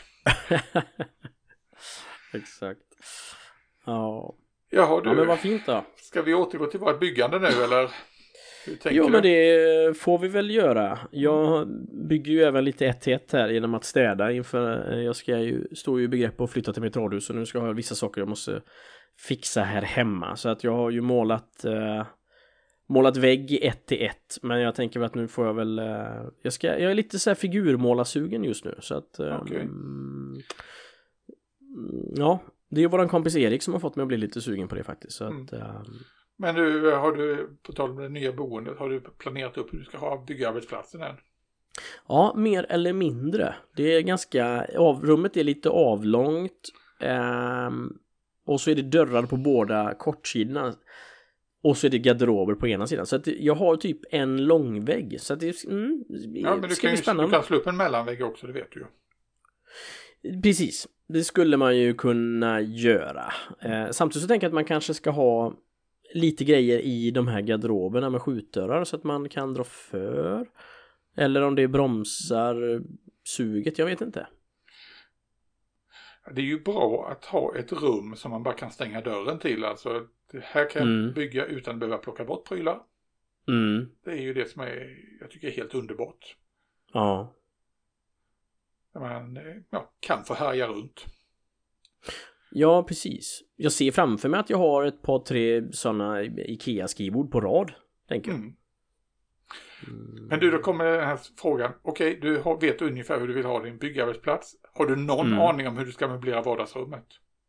Exakt. Ja. Jaha du, Ja, men vad fint då. ska vi återgå till vårt byggande nu eller? Hur tänker Jo, du? men det får vi väl göra. Jag bygger ju även lite ett till ett här genom att städa inför, jag ska ju, står ju i begrepp att flytta till mitt radhus och nu ska jag ha vissa saker jag måste fixa här hemma. Så att jag har ju målat eh, målat vägg i ett till ett, men jag tänker väl att nu får jag väl eh, jag ska, jag är lite så här figurmålarsugen just nu, så att eh, Okej. mm, ja, det är ju våran kompis Erik som har fått mig att bli lite sugen på det faktiskt, så att Mm. eh, Men du, har du, på tal om det nya boendet, har du planerat upp hur du ska ha byggarbetsplatsen än? ja, mer eller mindre. Det är ganska, av, rummet är lite avlångt ehm, och så är det dörrar på båda kortsidorna och så är det garderober på ena sidan. Så att jag har typ en långvägg. Så att det mm, Ja, men du ska kan, bli ju, spännande. du kan slå upp en mellanvägg också, det vet du ju. Precis, det skulle man ju kunna göra. Eh, samtidigt så tänker jag att man kanske ska ha lite grejer i de här garderoberna med skjutdörrar så att man kan dra för. Eller om det bromsar suget, jag vet inte. Det är ju bra att ha ett rum som man bara kan stänga dörren till. Alltså, det här kan jag Mm. bygga utan att behöva plocka bort prylar. Mm. Det är ju det som är, jag tycker är helt underbart. Ja. Där man ja, kan få härja runt. Ja, precis. Jag ser framför mig att jag har ett par, tre sådana IKEA-skrivbord på rad, tänker jag. Mm. Men du, då kommer den här frågan. Okej, du har, vet ungefär hur du vill ha din byggarbetsplats. Har du någon Mm. aning om hur du ska möblera vardagsrummet?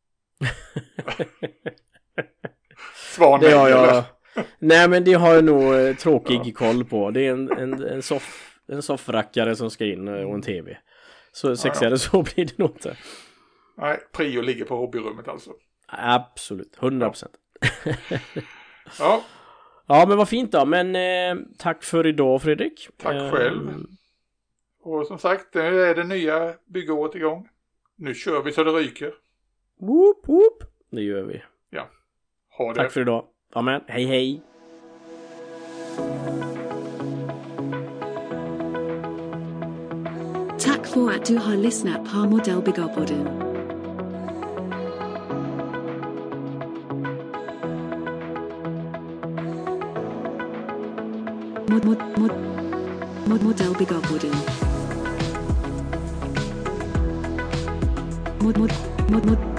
Svar Det nej, har jag. eller? Nej, men det har jag nog eh, tråkig ja. koll på. Det är en, en, en, soff, en soffrackare som ska in eh, och en tv. Så sexigare ja, ja. så blir det nog inte. Nej, prio ligger på hobbyrummet alltså. Absolut, hundra procent. Ja. Ja, men vad fint då. Men eh, tack för idag, Fredrik. Tack eh, själv. Och som sagt, nu är det nya byggåret igång. Nu kör vi så det ryker. Woop, woop. Det gör vi. Ja. Ha det. Tack för idag. Amen. Hej, hej. Tack för att du har lyssnat på Modellbyggarpodden. Mod, mod, mod, mod, Modellbyggarpodden. Mod, mod, mod, mod.